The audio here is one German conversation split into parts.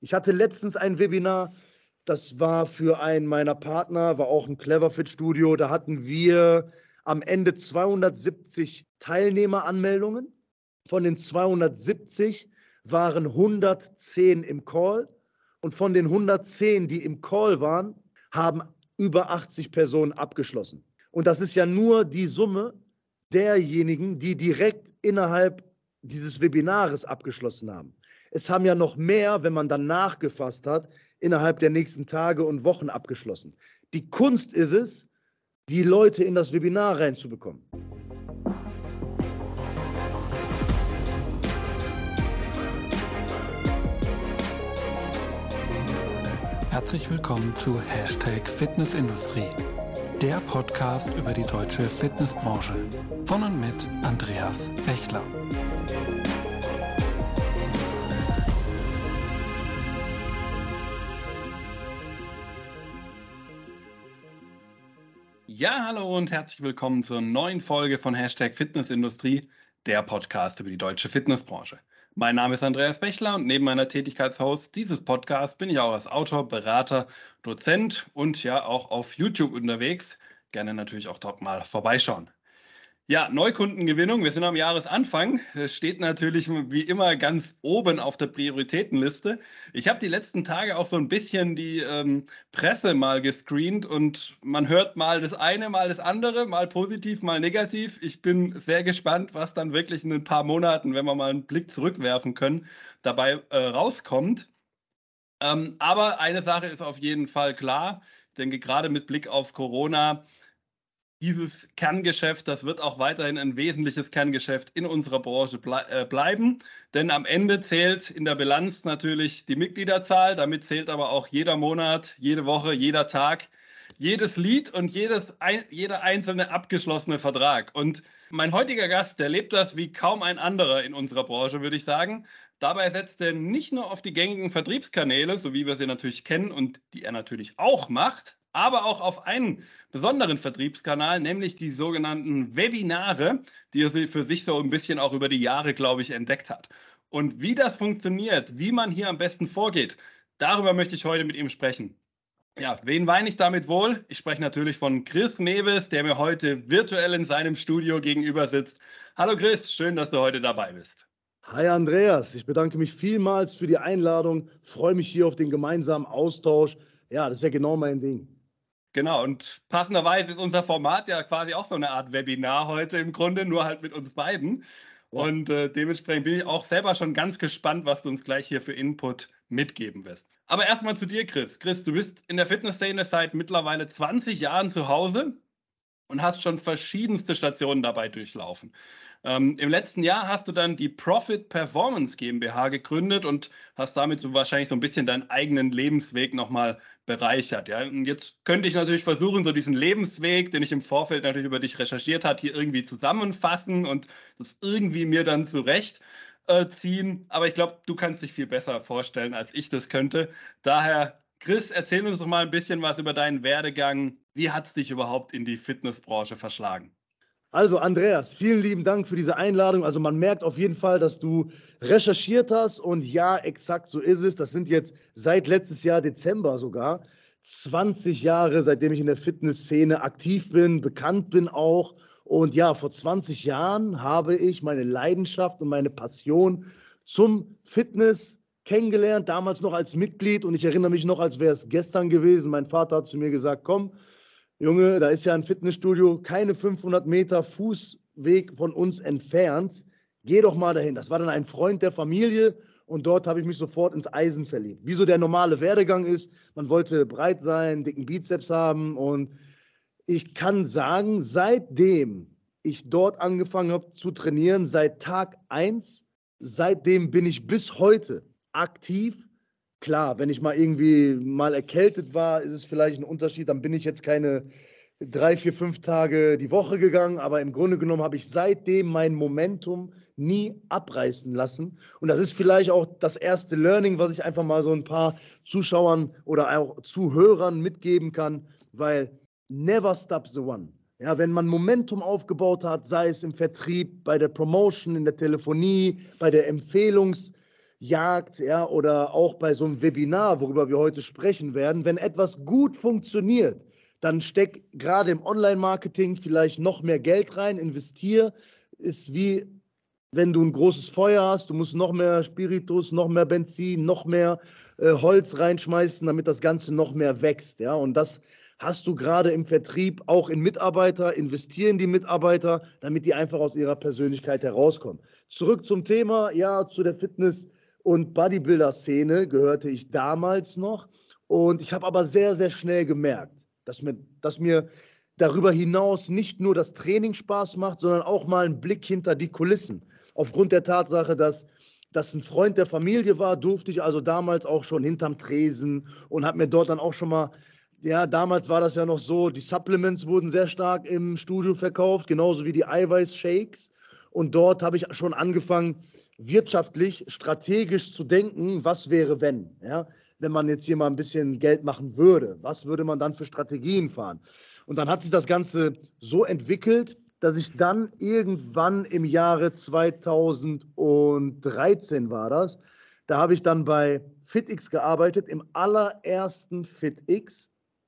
Ich hatte letztens ein Webinar, das war für einen meiner Partner, war auch ein Cleverfit-Studio. Da hatten wir am Ende 270 Teilnehmeranmeldungen. Von den 270 waren 110 im Call. Und von den 110, die im Call waren, haben über 80 Personen abgeschlossen. Und das ist ja nur die Summe derjenigen, die direkt innerhalb dieses Webinares abgeschlossen haben. Es haben ja noch mehr, wenn man dann nachgefasst hat, innerhalb der nächsten Tage und Wochen abgeschlossen. Die Kunst ist es, die Leute in das Webinar reinzubekommen. Herzlich willkommen zu #Fitnessindustrie, der Podcast über die deutsche Fitnessbranche. Von und mit Andreas Bechler. Ja, hallo und herzlich willkommen zur neuen Folge von #Fitnessindustrie, der Podcast über die deutsche Fitnessbranche. Mein Name ist Andreas Bechler und neben meiner Tätigkeitshost dieses Podcasts bin ich auch als Autor, Berater, Dozent und ja auch auf YouTube unterwegs. Gerne natürlich auch dort mal vorbeischauen. Ja, Neukundengewinnung, wir sind am Jahresanfang, das steht natürlich wie immer ganz oben auf der Prioritätenliste. Ich habe die letzten Tage auch so ein bisschen die Presse mal gescreent und man hört mal das eine, mal das andere, mal positiv, mal negativ. Ich bin sehr gespannt, was dann wirklich in ein paar Monaten, wenn wir mal einen Blick zurückwerfen können, dabei rauskommt. Aber eine Sache ist auf jeden Fall klar, ich denke gerade mit Blick auf Corona, dieses Kerngeschäft, das wird auch weiterhin ein wesentliches Kerngeschäft in unserer Branche bleiben, denn am Ende zählt in der Bilanz natürlich die Mitgliederzahl, damit zählt aber auch jeder Monat, jede Woche, jeder Tag, jedes Lied und jeder einzelne abgeschlossene Vertrag. Und mein heutiger Gast, der lebt das wie kaum ein anderer in unserer Branche, würde ich sagen. Dabei setzt er nicht nur auf die gängigen Vertriebskanäle, so wie wir sie natürlich kennen und die er natürlich auch macht, aber auch auf einen besonderen Vertriebskanal, nämlich die sogenannten Webinare, die er für sich so ein bisschen auch über die Jahre, glaube ich, entdeckt hat. Und wie das funktioniert, wie man hier am besten vorgeht, darüber möchte ich heute mit ihm sprechen. Ja, wen weine ich damit wohl? Ich spreche natürlich von Chris Mewes, der mir heute virtuell in seinem Studio gegenüber sitzt. Hallo Chris, schön, dass du heute dabei bist. Hi Andreas, ich bedanke mich vielmals für die Einladung, freue mich hier auf den gemeinsamen Austausch. Ja, das ist ja genau mein Ding. Genau, und passenderweise ist unser Format ja quasi auch so eine Art Webinar heute im Grunde, nur halt mit uns beiden. Ja. Und dementsprechend bin ich auch selber schon ganz gespannt, was du uns gleich hier für Input mitgeben wirst. Aber erstmal zu dir, Chris. Chris, du bist in der Fitnessszene seit mittlerweile 20 Jahren zu Hause und hast schon verschiedenste Stationen dabei durchlaufen. Im letzten Jahr hast du dann die Profit Performance GmbH gegründet und hast damit so wahrscheinlich so ein bisschen deinen eigenen Lebensweg nochmal bereichert. Ja? Und jetzt könnte ich natürlich versuchen, so diesen Lebensweg, den ich im Vorfeld natürlich über dich recherchiert habe, hier irgendwie zusammenfassen und das irgendwie mir dann zurechtziehen. Aber ich glaube, du kannst dich viel besser vorstellen, als ich das könnte. Daher, Chris, erzähl uns doch mal ein bisschen was über deinen Werdegang. Wie hat es dich überhaupt in die Fitnessbranche verschlagen? Also Andreas, vielen lieben Dank für diese Einladung. Also man merkt auf jeden Fall, dass du recherchiert hast und ja, exakt so ist es. Das sind jetzt seit letztes Jahr Dezember sogar 20 Jahre, seitdem ich in der Fitnessszene aktiv bin, bekannt bin auch. Und ja, vor 20 Jahren habe ich meine Leidenschaft und meine Passion zum Fitness kennengelernt, damals noch als Mitglied. Und ich erinnere mich noch, als wäre es gestern gewesen. Mein Vater hat zu mir gesagt, komm, Junge, da ist ja ein Fitnessstudio, keine 500 Meter Fußweg von uns entfernt. Geh doch mal dahin. Das war dann ein Freund der Familie und dort habe ich mich sofort ins Eisen verliebt. Wie so der normale Werdegang ist, man wollte breit sein, dicken Bizeps haben und ich kann sagen, seitdem ich dort angefangen habe zu trainieren, seit Tag 1, seitdem bin ich bis heute aktiv. Klar, wenn ich mal irgendwie mal erkältet war, ist es vielleicht ein Unterschied. Dann bin ich jetzt keine 3, 4, 5 Tage die Woche gegangen. Aber im Grunde genommen habe ich seitdem mein Momentum nie abreißen lassen. Und das ist vielleicht auch das erste Learning, was ich einfach mal so ein paar Zuschauern oder auch Zuhörern mitgeben kann. Weil never stop the one. Ja, wenn man Momentum aufgebaut hat, sei es im Vertrieb, bei der Promotion, in der Telefonie, bei der Empfehlungsjagd, Jagd, ja, oder auch bei so einem Webinar, worüber wir heute sprechen werden, wenn etwas gut funktioniert, dann steck gerade im Online-Marketing vielleicht noch mehr Geld rein, investier. Ist wie, wenn du ein großes Feuer hast, du musst noch mehr Spiritus, noch mehr Benzin, noch mehr Holz reinschmeißen, damit das Ganze noch mehr wächst. Ja? Und das hast du gerade im Vertrieb, auch in Mitarbeiter, investieren die Mitarbeiter, damit die einfach aus ihrer Persönlichkeit herauskommen. Zurück zum Thema, ja, zu der Fitness- und Bodybuilder-Szene gehörte ich damals noch. Und ich habe aber sehr, sehr schnell gemerkt, dass mir darüber hinaus nicht nur das Training Spaß macht, sondern auch mal ein Blick hinter die Kulissen. Aufgrund der Tatsache, dass das ein Freund der Familie war, durfte ich also damals auch schon hinterm Tresen und habe mir dort dann auch schon mal, ja, damals war das ja noch so, die Supplements wurden sehr stark im Studio verkauft, genauso wie die Eiweißshakes. Und dort habe ich schon angefangen, wirtschaftlich, strategisch zu denken, was wäre, wenn man jetzt hier mal ein bisschen Geld machen würde. Was würde man dann für Strategien fahren? Und dann hat sich das Ganze so entwickelt, dass ich dann irgendwann im Jahre 2013 war das, da habe ich dann bei FitX gearbeitet, im allerersten FitX.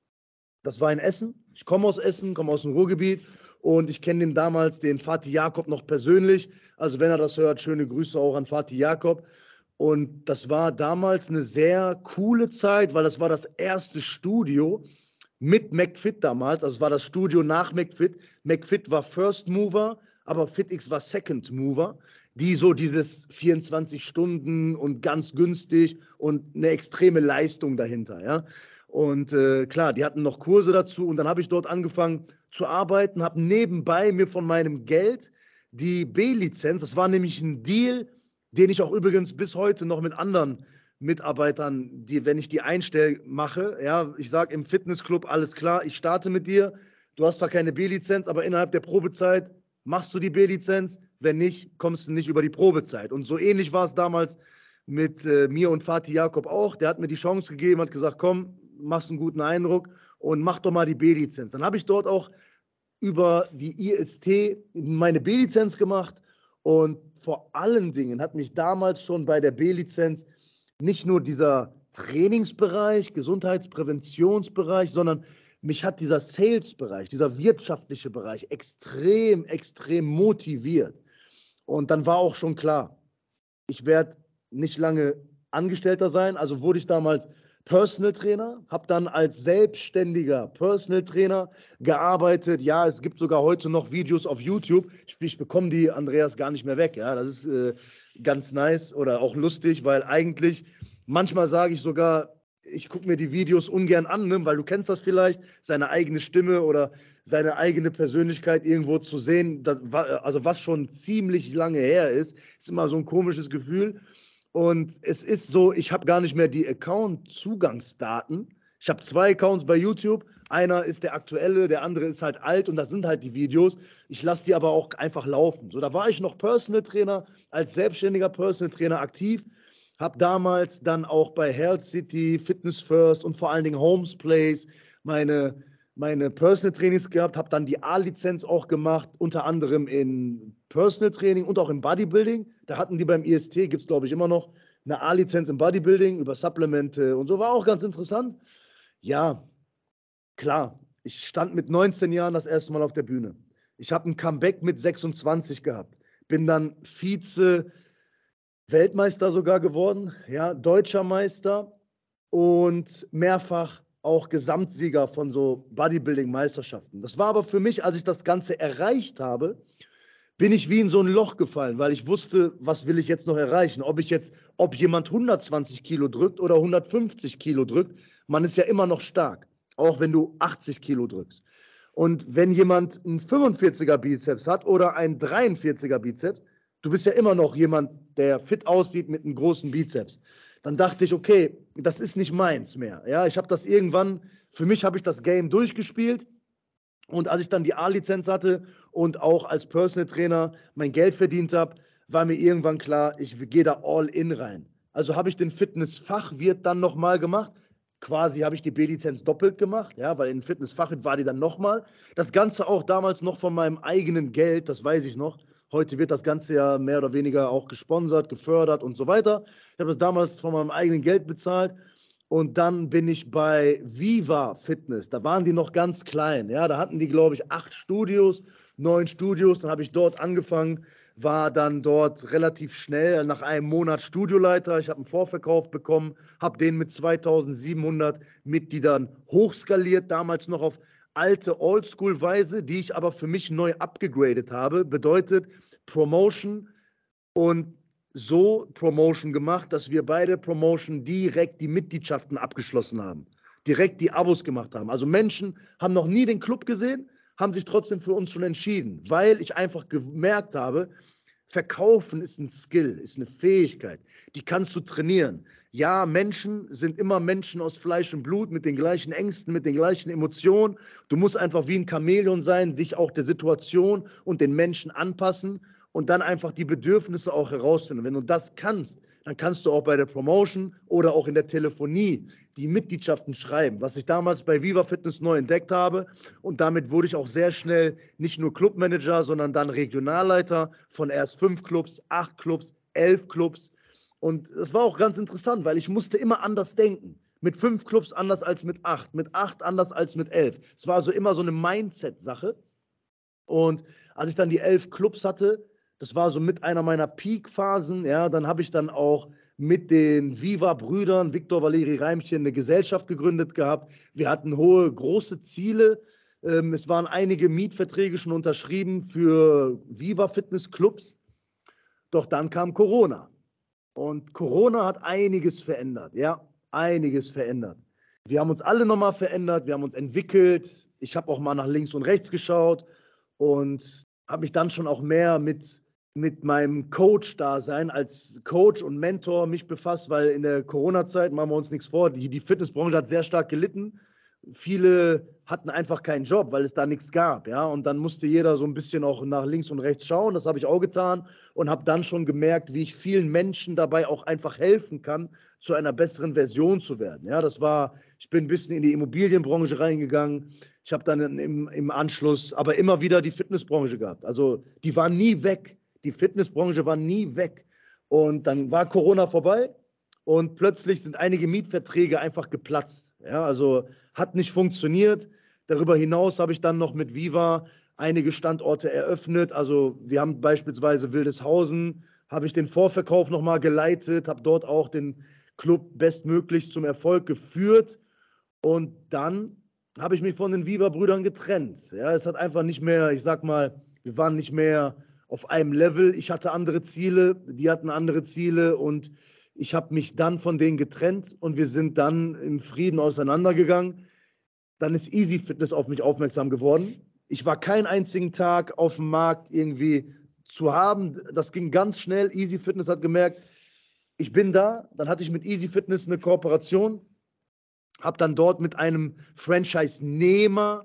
Das war in Essen. Ich komme aus Essen, komme aus dem Ruhrgebiet und ich kenne den Fatih Jakob noch persönlich. Also wenn er das hört, schöne Grüße auch an Fatih Jakob. Und das war damals eine sehr coole Zeit, weil das war das erste Studio mit McFit damals. Also es war das Studio nach McFit. McFit war First Mover, aber FitX war Second Mover, die so dieses 24 Stunden und ganz günstig und eine extreme Leistung dahinter, ja. Und klar, die hatten noch Kurse dazu und dann habe ich dort angefangen zu arbeiten, habe nebenbei mir von meinem Geld die B-Lizenz, das war nämlich ein Deal, den ich auch übrigens bis heute noch mit anderen Mitarbeitern, wenn ich die einstelle, mache. Ja, ich sage im Fitnessclub, alles klar, ich starte mit dir. Du hast zwar keine B-Lizenz, aber innerhalb der Probezeit machst du die B-Lizenz. Wenn nicht, kommst du nicht über die Probezeit. Und so ähnlich war es damals mit mir und Fatih Jakob auch. Der hat mir die Chance gegeben, hat gesagt, komm, machst einen guten Eindruck und mach doch mal die B-Lizenz. Dann habe ich dort auch über die IST meine B-Lizenz gemacht und vor allen Dingen hat mich damals schon bei der B-Lizenz nicht nur dieser Trainingsbereich, Gesundheitspräventionsbereich, sondern mich hat dieser Sales-Bereich, dieser wirtschaftliche Bereich extrem, extrem motiviert. Und dann war auch schon klar, ich werde nicht lange Angestellter sein, also wurde ich damals Personal Trainer, habe dann als selbstständiger Personal Trainer gearbeitet. Ja, es gibt sogar heute noch Videos auf YouTube. Ich bekomme die, Andreas, gar nicht mehr weg. Ja, das ist ganz nice oder auch lustig, weil eigentlich manchmal sage ich sogar, ich gucke mir die Videos ungern an, ne, weil du kennst das vielleicht, seine eigene Stimme oder seine eigene Persönlichkeit irgendwo zu sehen, also was schon ziemlich lange her ist immer so ein komisches Gefühl. Und es ist so, ich habe gar nicht mehr die Account-Zugangsdaten. Ich habe 2 Accounts bei YouTube. Einer ist der aktuelle, der andere ist halt alt und das sind halt die Videos. Ich lasse die aber auch einfach laufen. So, da war ich noch Personal Trainer, als selbstständiger Personal Trainer aktiv. Habe damals dann auch bei Health City, Fitness First und vor allen Dingen Homes Place meine Personal Trainings gehabt, habe dann die A-Lizenz auch gemacht, unter anderem in Personal Training und auch im Bodybuilding. Da hatten die beim IST, gibt es glaube ich immer noch, eine A-Lizenz im Bodybuilding über Supplemente und so, war auch ganz interessant. Ja, klar, ich stand mit 19 Jahren das erste Mal auf der Bühne. Ich habe ein Comeback mit 26 gehabt, bin dann Vize-Weltmeister sogar geworden, ja, deutscher Meister und mehrfach auch Gesamtsieger von so Bodybuilding-Meisterschaften. Das war aber für mich, als ich das Ganze erreicht habe, bin ich wie in so ein Loch gefallen, weil ich wusste, was will ich jetzt noch erreichen? Ob jemand 120 Kilo drückt oder 150 Kilo drückt, man ist ja immer noch stark, auch wenn du 80 Kilo drückst. Und wenn jemand einen 45er Bizeps hat oder einen 43er Bizeps, du bist ja immer noch jemand, der fit aussieht mit einem großen Bizeps. Dann dachte ich, okay, das ist nicht meins mehr. Ja, ich habe das irgendwann, für mich habe ich das Game durchgespielt. Und als ich dann die A-Lizenz hatte und auch als Personal Trainer mein Geld verdient habe, war mir irgendwann klar, ich gehe da all in rein. Also habe ich den Fitnessfachwirt dann nochmal gemacht. Quasi habe ich die B-Lizenz doppelt gemacht, ja, weil in Fitnessfachwirt war die dann nochmal. Das Ganze auch damals noch von meinem eigenen Geld, das weiß ich noch. Heute wird das Ganze ja mehr oder weniger auch gesponsert, gefördert und so weiter. Ich habe das damals von meinem eigenen Geld bezahlt. Und dann bin ich bei Viva Fitness. Da waren die noch ganz klein. Ja, da hatten die, glaube ich, 8 Studios, 9 Studios. Dann habe ich dort angefangen, war dann dort relativ schnell nach einem Monat Studioleiter. Ich habe einen Vorverkauf bekommen, habe den mit 2700 Mitgliedern hochskaliert, damals noch auf alte Oldschool-Weise, die ich aber für mich neu abgegradet habe. Bedeutet Promotion und so Promotion gemacht, dass wir bei der Promotion direkt die Mitgliedschaften abgeschlossen haben, direkt die Abos gemacht haben. Also Menschen haben noch nie den Club gesehen, haben sich trotzdem für uns schon entschieden, weil ich einfach gemerkt habe, Verkaufen ist ein Skill, ist eine Fähigkeit, die kannst du trainieren. Ja, Menschen sind immer Menschen aus Fleisch und Blut mit den gleichen Ängsten, mit den gleichen Emotionen. Du musst einfach wie ein Chamäleon sein, dich auch der Situation und den Menschen anpassen und dann einfach die Bedürfnisse auch herausfinden. Wenn du das kannst, dann kannst du auch bei der Promotion oder auch in der Telefonie die Mitgliedschaften schreiben, was ich damals bei Viva Fitness neu entdeckt habe. Und damit wurde ich auch sehr schnell nicht nur Clubmanager, sondern dann Regionalleiter von erst 5 Clubs, 8 Clubs, 11 Clubs. Und es war auch ganz interessant, weil ich musste immer anders denken. Mit 5 Clubs anders als mit 8 anders als mit 11. Es war also immer so eine Mindset-Sache. Und als ich dann die 11 Clubs hatte, das war so mit einer meiner Peak-Phasen, ja, dann habe ich dann auch mit den Viva-Brüdern, Viktor, Valeri, Reimchen, eine Gesellschaft gegründet gehabt. Wir hatten große Ziele. Es waren einige Mietverträge schon unterschrieben für Viva-Fitness-Clubs. Doch dann kam Corona. Und Corona hat einiges verändert, ja, einiges verändert. Wir haben uns alle nochmal verändert, wir haben uns entwickelt. Ich habe auch mal nach links und rechts geschaut und habe mich dann schon auch mehr mit meinem Coach-Dasein als Coach und Mentor mich befasst, weil in der Corona-Zeit, machen wir uns nichts vor, die Fitnessbranche hat sehr stark gelitten. Viele hatten einfach keinen Job, weil es da nichts gab, ja, und dann musste jeder so ein bisschen auch nach links und rechts schauen. Das habe ich auch getan und habe dann schon gemerkt, wie ich vielen Menschen dabei auch einfach helfen kann, zu einer besseren Version zu werden. Ja, ich bin ein bisschen in die Immobilienbranche reingegangen. Ich habe dann im Anschluss aber immer wieder die Fitnessbranche gehabt. Also die war nie weg. Die Fitnessbranche war nie weg. Und dann war Corona vorbei und plötzlich sind einige Mietverträge einfach geplatzt. Ja, also hat nicht funktioniert. Darüber hinaus habe ich dann noch mit Viva einige Standorte eröffnet. Also wir haben beispielsweise Wildeshausen, habe ich den Vorverkauf nochmal geleitet, habe dort auch den Club bestmöglich zum Erfolg geführt. Und dann habe ich mich von den Viva-Brüdern getrennt. Ja, es hat einfach nicht mehr, ich sag mal, wir waren nicht mehr auf einem Level. Ich hatte andere Ziele, die hatten andere Ziele und ich habe mich dann von denen getrennt und wir sind dann im Frieden auseinandergegangen. Dann ist Easy Fitness auf mich aufmerksam geworden. Ich war keinen einzigen Tag auf dem Markt irgendwie zu haben. Das ging ganz schnell. Easy Fitness hat gemerkt, ich bin da. Dann hatte ich mit Easy Fitness eine Kooperation, habe dann dort mit einem Franchise-Nehmer,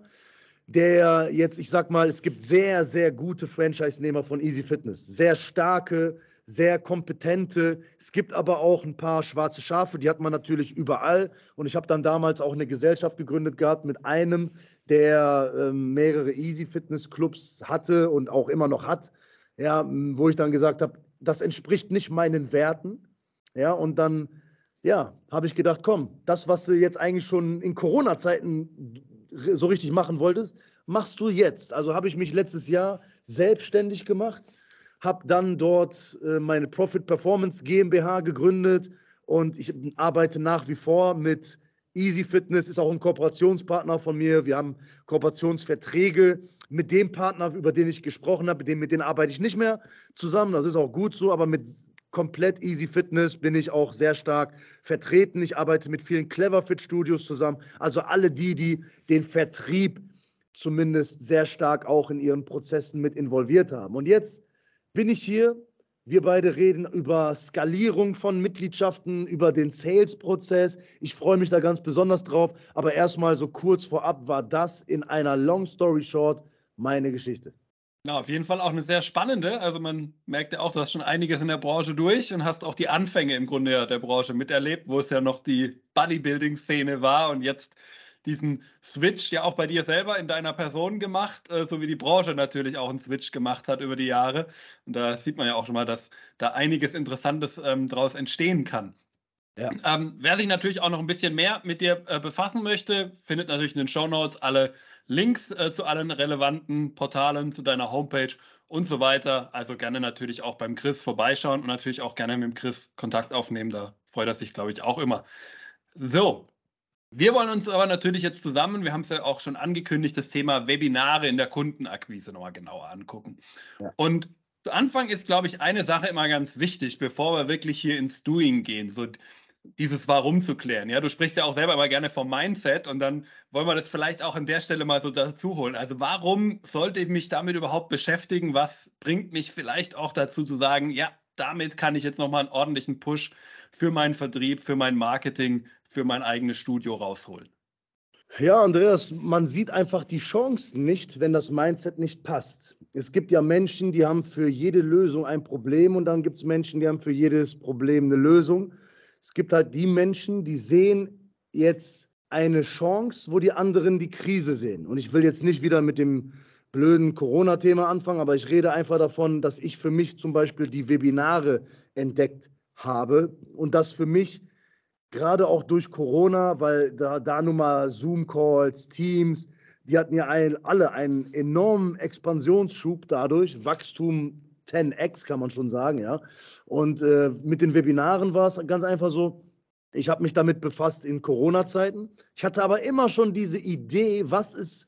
der jetzt, ich sag mal, es gibt sehr, sehr gute Franchise-Nehmer von Easy Fitness. Sehr starke, sehr kompetente. Es gibt aber auch ein paar schwarze Schafe, die hat man natürlich überall. Und ich habe dann damals auch eine Gesellschaft gegründet gehabt mit einem, der mehrere Easy Fitness Clubs hatte und auch immer noch hat. Ja, wo ich dann gesagt habe, das entspricht nicht meinen Werten. Ja, und dann, ja, habe ich gedacht, komm, das, was du jetzt eigentlich schon in Corona-Zeiten so richtig machen wolltest, machst du jetzt. Also habe ich mich letztes Jahr selbstständig gemacht, habe dann dort meine Profit Performance GmbH gegründet und ich arbeite nach wie vor mit Easy Fitness, ist auch ein Kooperationspartner von mir. Wir haben Kooperationsverträge mit dem Partner, über den ich gesprochen habe, mit denen arbeite ich nicht mehr zusammen. Das ist auch gut so, aber mit komplett Easy Fitness bin ich auch sehr stark vertreten. Ich arbeite mit vielen Clever Fit Studios zusammen. Also alle die den Vertrieb zumindest sehr stark auch in ihren Prozessen mit involviert haben. Und jetzt bin ich hier. Wir beide reden über Skalierung von Mitgliedschaften, über den Sales-Prozess. Ich freue mich da ganz besonders drauf. Aber erstmal so kurz vorab war das in einer Long Story Short meine Geschichte. Ja, auf jeden Fall auch eine sehr spannende. Also man merkt ja auch, du hast schon einiges in der Branche durch und hast auch die Anfänge im Grunde der Branche miterlebt, wo es ja noch die Bodybuilding-Szene war und jetzt diesen Switch ja auch bei dir selber in deiner Person gemacht, so wie die Branche natürlich auch einen Switch gemacht hat über die Jahre. Und da sieht man ja auch schon mal, dass da einiges Interessantes daraus entstehen kann. Ja. Wer sich natürlich auch noch ein bisschen mehr mit dir befassen möchte, findet natürlich in den Shownotes alle Links zu allen relevanten Portalen, zu deiner Homepage und so weiter. Also gerne natürlich auch beim Chris vorbeischauen und natürlich auch gerne mit dem Chris Kontakt aufnehmen. Da freut er sich, glaube ich, auch immer. So, wir wollen uns aber natürlich jetzt zusammen, wir haben es ja auch schon angekündigt, das Thema Webinare in der Kundenakquise nochmal genauer angucken. Ja. Und zu Anfang ist, glaube ich, eine Sache immer ganz wichtig, bevor wir wirklich hier ins Doing gehen, so dieses Warum zu klären. Ja, du sprichst ja auch selber immer gerne vom Mindset und dann wollen wir das vielleicht auch an der Stelle mal so dazu holen. Also warum sollte ich mich damit überhaupt beschäftigen? Was bringt mich vielleicht auch dazu zu sagen, ja, damit kann ich jetzt nochmal einen ordentlichen Push für meinen Vertrieb, für mein Marketing, für mein eigenes Studio rausholen? Ja, Andreas, man sieht einfach die Chancen nicht, wenn das Mindset nicht passt. Es gibt ja Menschen, die haben für jede Lösung ein Problem und dann gibt es Menschen, die haben für jedes Problem eine Lösung. Es gibt halt die Menschen, die sehen jetzt eine Chance, wo die anderen die Krise sehen. Und ich will jetzt nicht wieder mit dem blöden Corona-Thema anfangen, aber ich rede einfach davon, dass ich für mich zum Beispiel die Webinare entdeckt habe und das für mich gerade auch durch Corona, weil da nun mal Zoom-Calls, Teams, die hatten ja alle einen enormen Expansionsschub dadurch, Wachstum 10x kann man schon sagen, ja. Und mit den Webinaren war es ganz einfach so, ich habe mich damit befasst in Corona-Zeiten. Ich hatte aber immer schon diese Idee, was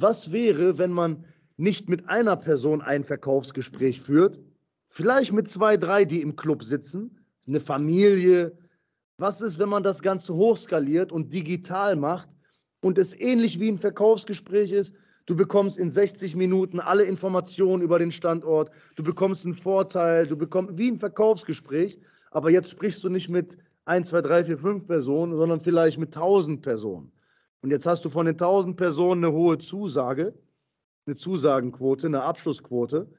wäre, wenn man nicht mit einer Person ein Verkaufsgespräch führt, vielleicht mit 2, 3, die im Club sitzen, eine Familie. Was ist, wenn man das Ganze hochskaliert und digital macht und es ähnlich wie ein Verkaufsgespräch ist? Du bekommst in 60 Minuten alle Informationen über den Standort, du bekommst einen Vorteil, du bekommst wie ein Verkaufsgespräch, aber jetzt sprichst du nicht mit 1, 2, 3, 4, 5 Personen, sondern vielleicht mit 1000 Personen. Und jetzt hast du von den 1000 Personen eine hohe Zusage, eine Zusagenquote, eine Abschlussquote,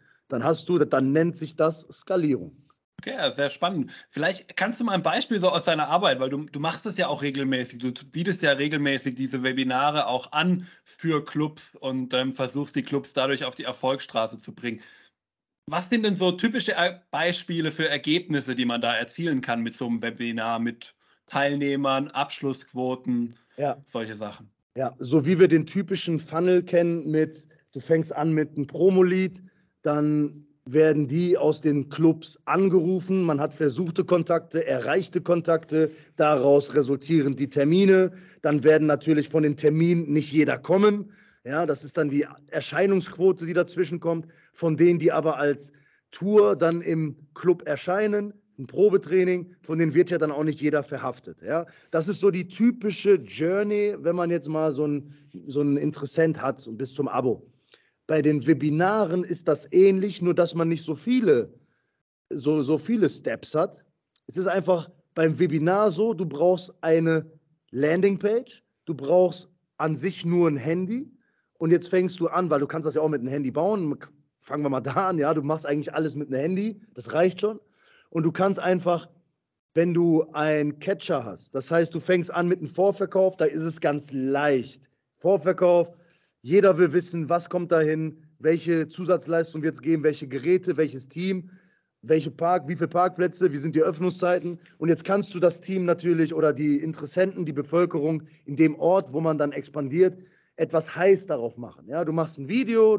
dann nennt sich das Skalierung. Okay, ja, sehr spannend. Vielleicht kannst du mal ein Beispiel so aus deiner Arbeit, weil du machst es ja auch regelmäßig. Du bietest ja regelmäßig diese Webinare auch an für Clubs und versuchst die Clubs dadurch auf die Erfolgsstraße zu bringen. Was sind denn so typische Beispiele für Ergebnisse, die man da erzielen kann mit so einem Webinar, mit Teilnehmern, Abschlussquoten, solche Sachen? Ja, so wie wir den typischen Funnel kennen du fängst an mit einem Promo-Lead, dann werden die aus den Clubs angerufen, man hat versuchte Kontakte, erreichte Kontakte, daraus resultieren die Termine, dann werden natürlich von den Terminen nicht jeder kommen, ja, das ist dann die Erscheinungsquote, die dazwischen kommt, von denen, die aber als Tour dann im Club erscheinen, ein Probetraining, von denen wird ja dann auch nicht jeder verhaftet, ja. Das ist so die typische Journey, wenn man jetzt mal so einen Interessent hat und bis zum Abo. Bei den Webinaren ist das ähnlich, nur dass man nicht so viele Steps hat. Es ist einfach beim Webinar so, du brauchst eine Landingpage, du brauchst an sich nur ein Handy und jetzt fängst du an, weil du kannst das ja auch mit einem Handy bauen, fangen wir mal da an, ja, du machst eigentlich alles mit einem Handy, das reicht schon und du kannst einfach, wenn du einen Catcher hast, das heißt, du fängst an mit einem Vorverkauf, da ist es ganz leicht. Vorverkauf, jeder will wissen, was kommt dahin, welche Zusatzleistung wird es geben, welche Geräte, welches Team, wie viele Parkplätze, wie sind die Öffnungszeiten. Und jetzt kannst du das Team natürlich oder die Interessenten, die Bevölkerung in dem Ort, wo man dann expandiert, etwas heiß darauf machen. Ja, du machst ein Video,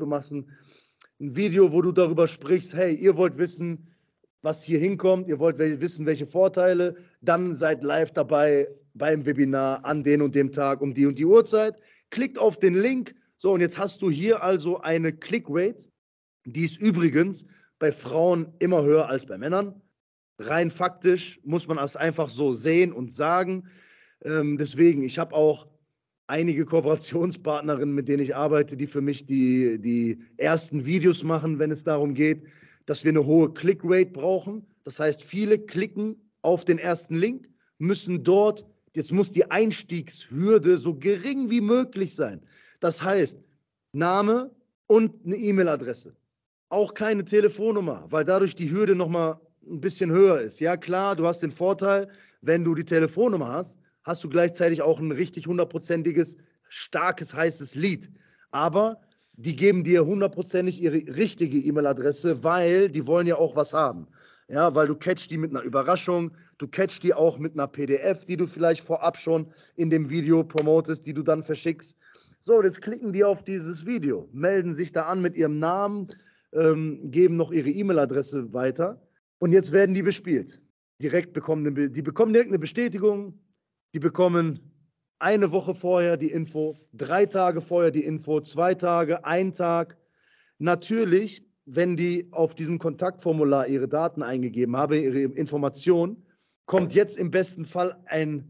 wo du darüber sprichst, hey, ihr wollt wissen, was hier hinkommt, ihr wollt wissen, welche Vorteile, dann seid live dabei beim Webinar an den und dem Tag um die und die Uhrzeit. Klickt auf den Link. So, und jetzt hast du hier also eine Click-Rate, die ist übrigens bei Frauen immer höher als bei Männern. Rein faktisch muss man das einfach so sehen und sagen. Deswegen, ich habe auch einige Kooperationspartnerinnen, mit denen ich arbeite, die für mich die ersten Videos machen, wenn es darum geht, dass wir eine hohe Click-Rate brauchen. Das heißt, viele klicken auf den ersten Link, müssen dort, jetzt muss die Einstiegshürde so gering wie möglich sein. Das heißt, Name und eine E-Mail-Adresse. Auch keine Telefonnummer, weil dadurch die Hürde nochmal ein bisschen höher ist. Ja klar, du hast den Vorteil, wenn du die Telefonnummer hast, hast du gleichzeitig auch ein richtig 100%iges starkes, heißes Lied. Aber die geben dir 100%ig ihre richtige E-Mail-Adresse, weil die wollen ja auch was haben. Ja, weil du catchst die mit einer Überraschung, du catchst die auch mit einer PDF, die du vielleicht vorab schon in dem Video promotest, die du dann verschickst. So, jetzt klicken die auf dieses Video, melden sich da an mit ihrem Namen, geben noch ihre E-Mail-Adresse weiter und jetzt werden die bespielt. Die bekommen direkt eine Bestätigung, die bekommen eine Woche vorher die Info, 3 Tage vorher die Info, 2 Tage, 1 Tag. Natürlich, wenn die auf diesem Kontaktformular ihre Daten eingegeben haben, ihre Informationen, kommt jetzt im besten Fall eine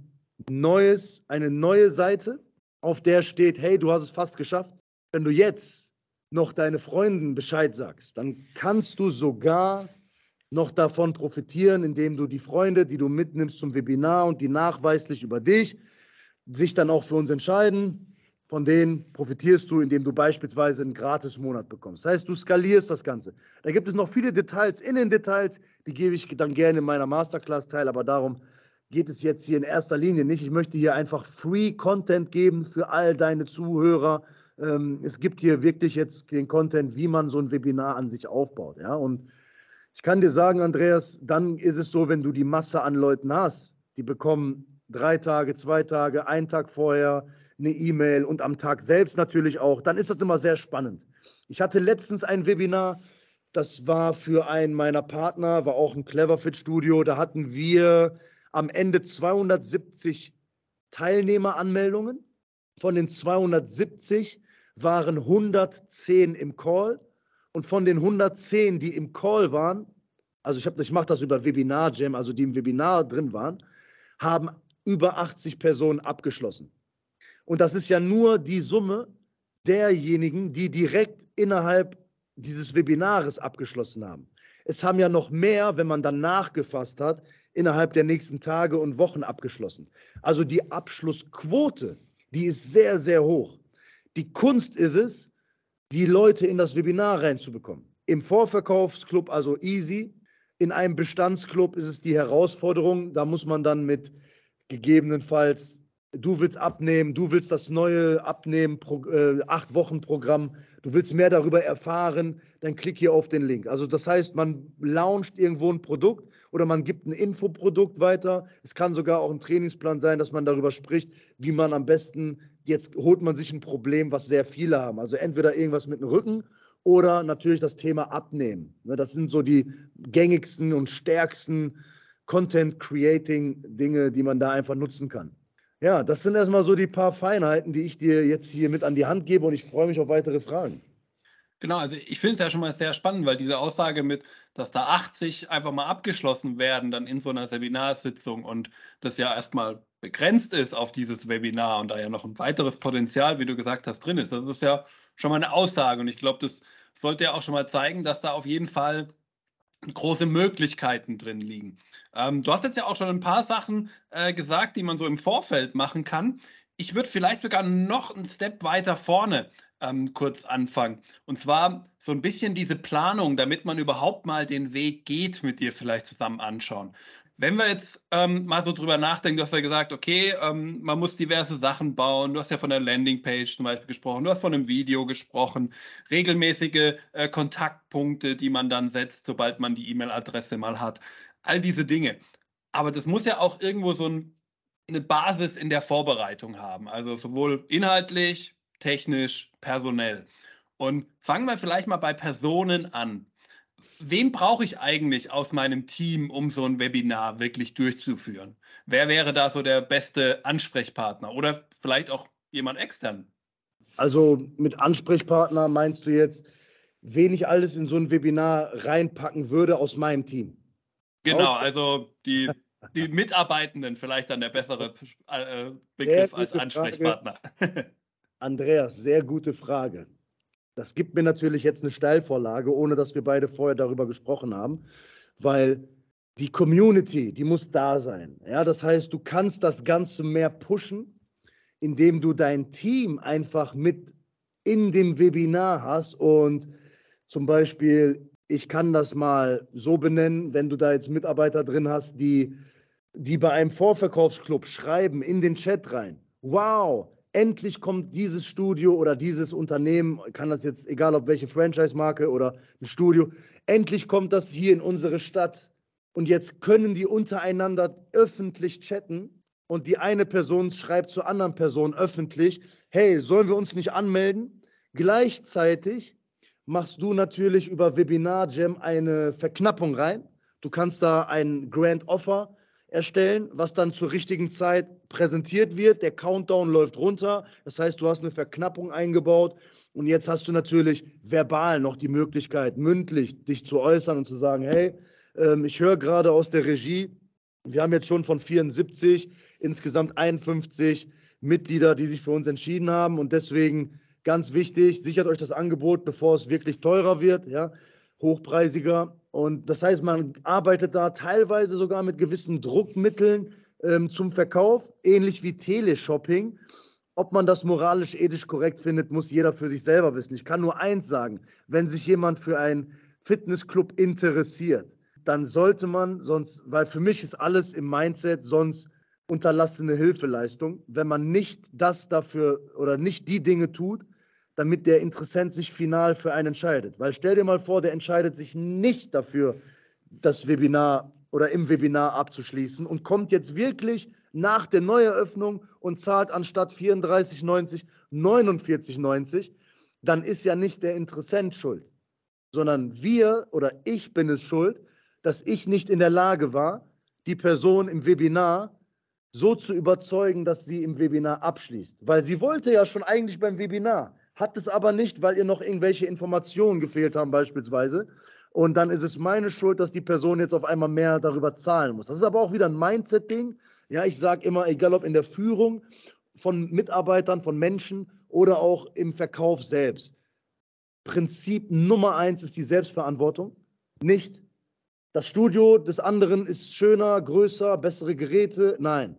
neue Seite, auf der steht, hey, du hast es fast geschafft. Wenn du jetzt noch deine Freunden Bescheid sagst, dann kannst du sogar noch davon profitieren, indem du die Freunde, die du mitnimmst zum Webinar und die nachweislich über dich sich dann auch für uns entscheiden, von denen profitierst du, indem du beispielsweise einen Gratis-Monat bekommst. Das heißt, du skalierst das Ganze. Da gibt es noch viele Details. In den Details, die gebe ich dann gerne in meiner Masterclass teil, aber darum geht es jetzt hier in erster Linie nicht. Ich möchte hier einfach Free Content geben für all deine Zuhörer. Es gibt hier wirklich jetzt den Content, wie man so ein Webinar an sich aufbaut. Ja? Und ich kann dir sagen, Andreas, dann ist es so, wenn du die Masse an Leuten hast, die bekommen 3 Tage, 2 Tage, 1 Tag vorher eine E-Mail und am Tag selbst natürlich auch, dann ist das immer sehr spannend. Ich hatte letztens ein Webinar, das war für einen meiner Partner, war auch ein Cleverfit Studio, da hatten wir am Ende 270 Teilnehmeranmeldungen. Von den 270 waren 110 im Call und von den 110, die im Call waren, also ich mache das über Webinar Jam, also die im Webinar drin waren, haben über 80 Personen abgeschlossen. Und das ist ja nur die Summe derjenigen, die direkt innerhalb dieses Webinars abgeschlossen haben. Es haben ja noch mehr, wenn man dann nachgefasst hat, innerhalb der nächsten Tage und Wochen abgeschlossen. Also die Abschlussquote, die ist sehr, sehr hoch. Die Kunst ist es, die Leute in das Webinar reinzubekommen. Im Vorverkaufsclub also easy. In einem Bestandsclub ist es die Herausforderung, da muss man dann mit gegebenenfalls, du willst abnehmen, du willst das neue Abnehmen, 8-Wochen-Programm, du willst mehr darüber erfahren, dann klick hier auf den Link. Also das heißt, man launcht irgendwo ein Produkt oder man gibt ein Infoprodukt weiter. Es kann sogar auch ein Trainingsplan sein, dass man darüber spricht, wie man am besten, jetzt holt man sich ein Problem, was sehr viele haben. Also entweder irgendwas mit dem Rücken oder natürlich das Thema Abnehmen. Das sind so die gängigsten und stärksten Content-Creating-Dinge, die man da einfach nutzen kann. Ja, das sind erstmal so die paar Feinheiten, die ich dir jetzt hier mit an die Hand gebe und ich freue mich auf weitere Fragen. Genau, also ich finde es ja schon mal sehr spannend, weil diese Aussage mit, dass da 80 einfach mal abgeschlossen werden, dann in so einer Seminarsitzung und das ja erstmal begrenzt ist auf dieses Webinar und da ja noch ein weiteres Potenzial, wie du gesagt hast, drin ist. Das ist ja schon mal eine Aussage und ich glaube, das sollte ja auch schon mal zeigen, dass da auf jeden Fall große Möglichkeiten drin liegen. Du hast jetzt ja auch schon ein paar Sachen gesagt, die man so im Vorfeld machen kann. Ich würde vielleicht sogar noch einen Step weiter vorne kurz anfangen. Und zwar so ein bisschen diese Planung, damit man überhaupt mal den Weg geht, mit dir vielleicht zusammen anschauen. Wenn wir jetzt mal so drüber nachdenken, du hast ja gesagt, okay, man muss diverse Sachen bauen. Du hast ja von der Landingpage zum Beispiel gesprochen, du hast von einem Video gesprochen, regelmäßige Kontaktpunkte, die man dann setzt, sobald man die E-Mail-Adresse mal hat. All diese Dinge. Aber das muss ja auch irgendwo so eine Basis in der Vorbereitung haben. Also sowohl inhaltlich, technisch, personell. Und fangen wir vielleicht mal bei Personen an. Wen brauche ich eigentlich aus meinem Team, um so ein Webinar wirklich durchzuführen? Wer wäre da so der beste Ansprechpartner oder vielleicht auch jemand extern? Also mit Ansprechpartner meinst du jetzt, wen ich alles in so ein Webinar reinpacken würde aus meinem Team? Genau, also die Mitarbeitenden, vielleicht dann der bessere Begriff als Ansprechpartner. Andreas, sehr gute Frage. Das gibt mir natürlich jetzt eine Steilvorlage, ohne dass wir beide vorher darüber gesprochen haben, weil die Community, die muss da sein. Ja, das heißt, du kannst das Ganze mehr pushen, indem du dein Team einfach mit in dem Webinar hast und zum Beispiel, ich kann das mal so benennen, wenn du da jetzt Mitarbeiter drin hast, die bei einem Vorverkaufsclub schreiben in den Chat rein, wow, endlich kommt dieses Studio oder dieses Unternehmen, kann das jetzt, egal ob welche Franchise-Marke oder ein Studio, endlich kommt das hier in unsere Stadt und jetzt können die untereinander öffentlich chatten und die eine Person schreibt zur anderen Person öffentlich, hey, sollen wir uns nicht anmelden? Gleichzeitig machst du natürlich über Webinar Jam eine Verknappung rein. Du kannst da ein Grand Offer erstellen, was dann zur richtigen Zeit präsentiert wird. Der Countdown läuft runter. Das heißt, du hast eine Verknappung eingebaut und jetzt hast du natürlich verbal noch die Möglichkeit, mündlich dich zu äußern und zu sagen, hey, ich höre gerade aus der Regie, wir haben jetzt schon von 74 insgesamt 51 Mitglieder, die sich für uns entschieden haben und deswegen ganz wichtig, sichert euch das Angebot, bevor es wirklich teurer wird, ja, hochpreisiger. Und das heißt, man arbeitet da teilweise sogar mit gewissen Druckmitteln zum Verkauf, ähnlich wie Teleshopping. Ob man das moralisch, ethisch korrekt findet, muss jeder für sich selber wissen. Ich kann nur eins sagen, wenn sich jemand für einen Fitnessclub interessiert, dann sollte man sonst, weil für mich ist alles im Mindset sonst unterlassene Hilfeleistung, wenn man nicht das dafür oder nicht die Dinge tut, damit der Interessent sich final für einen entscheidet. Weil stell dir mal vor, der entscheidet sich nicht dafür, das Webinar oder im Webinar abzuschließen und kommt jetzt wirklich nach der Neueröffnung und zahlt anstatt 34,90 49,90, dann ist ja nicht der Interessent schuld, sondern wir oder ich bin es schuld, dass ich nicht in der Lage war, die Person im Webinar so zu überzeugen, dass sie im Webinar abschließt. Weil sie wollte ja schon eigentlich beim Webinar, hat es aber nicht, weil ihr noch irgendwelche Informationen gefehlt haben beispielsweise. Und dann ist es meine Schuld, dass die Person jetzt auf einmal mehr darüber zahlen muss. Das ist aber auch wieder ein Mindset-Ding. Ja, ich sage immer, egal ob in der Führung von Mitarbeitern, von Menschen oder auch im Verkauf selbst. Prinzip Nummer 1 ist die Selbstverantwortung. Nicht das Studio des anderen ist schöner, größer, bessere Geräte. Nein.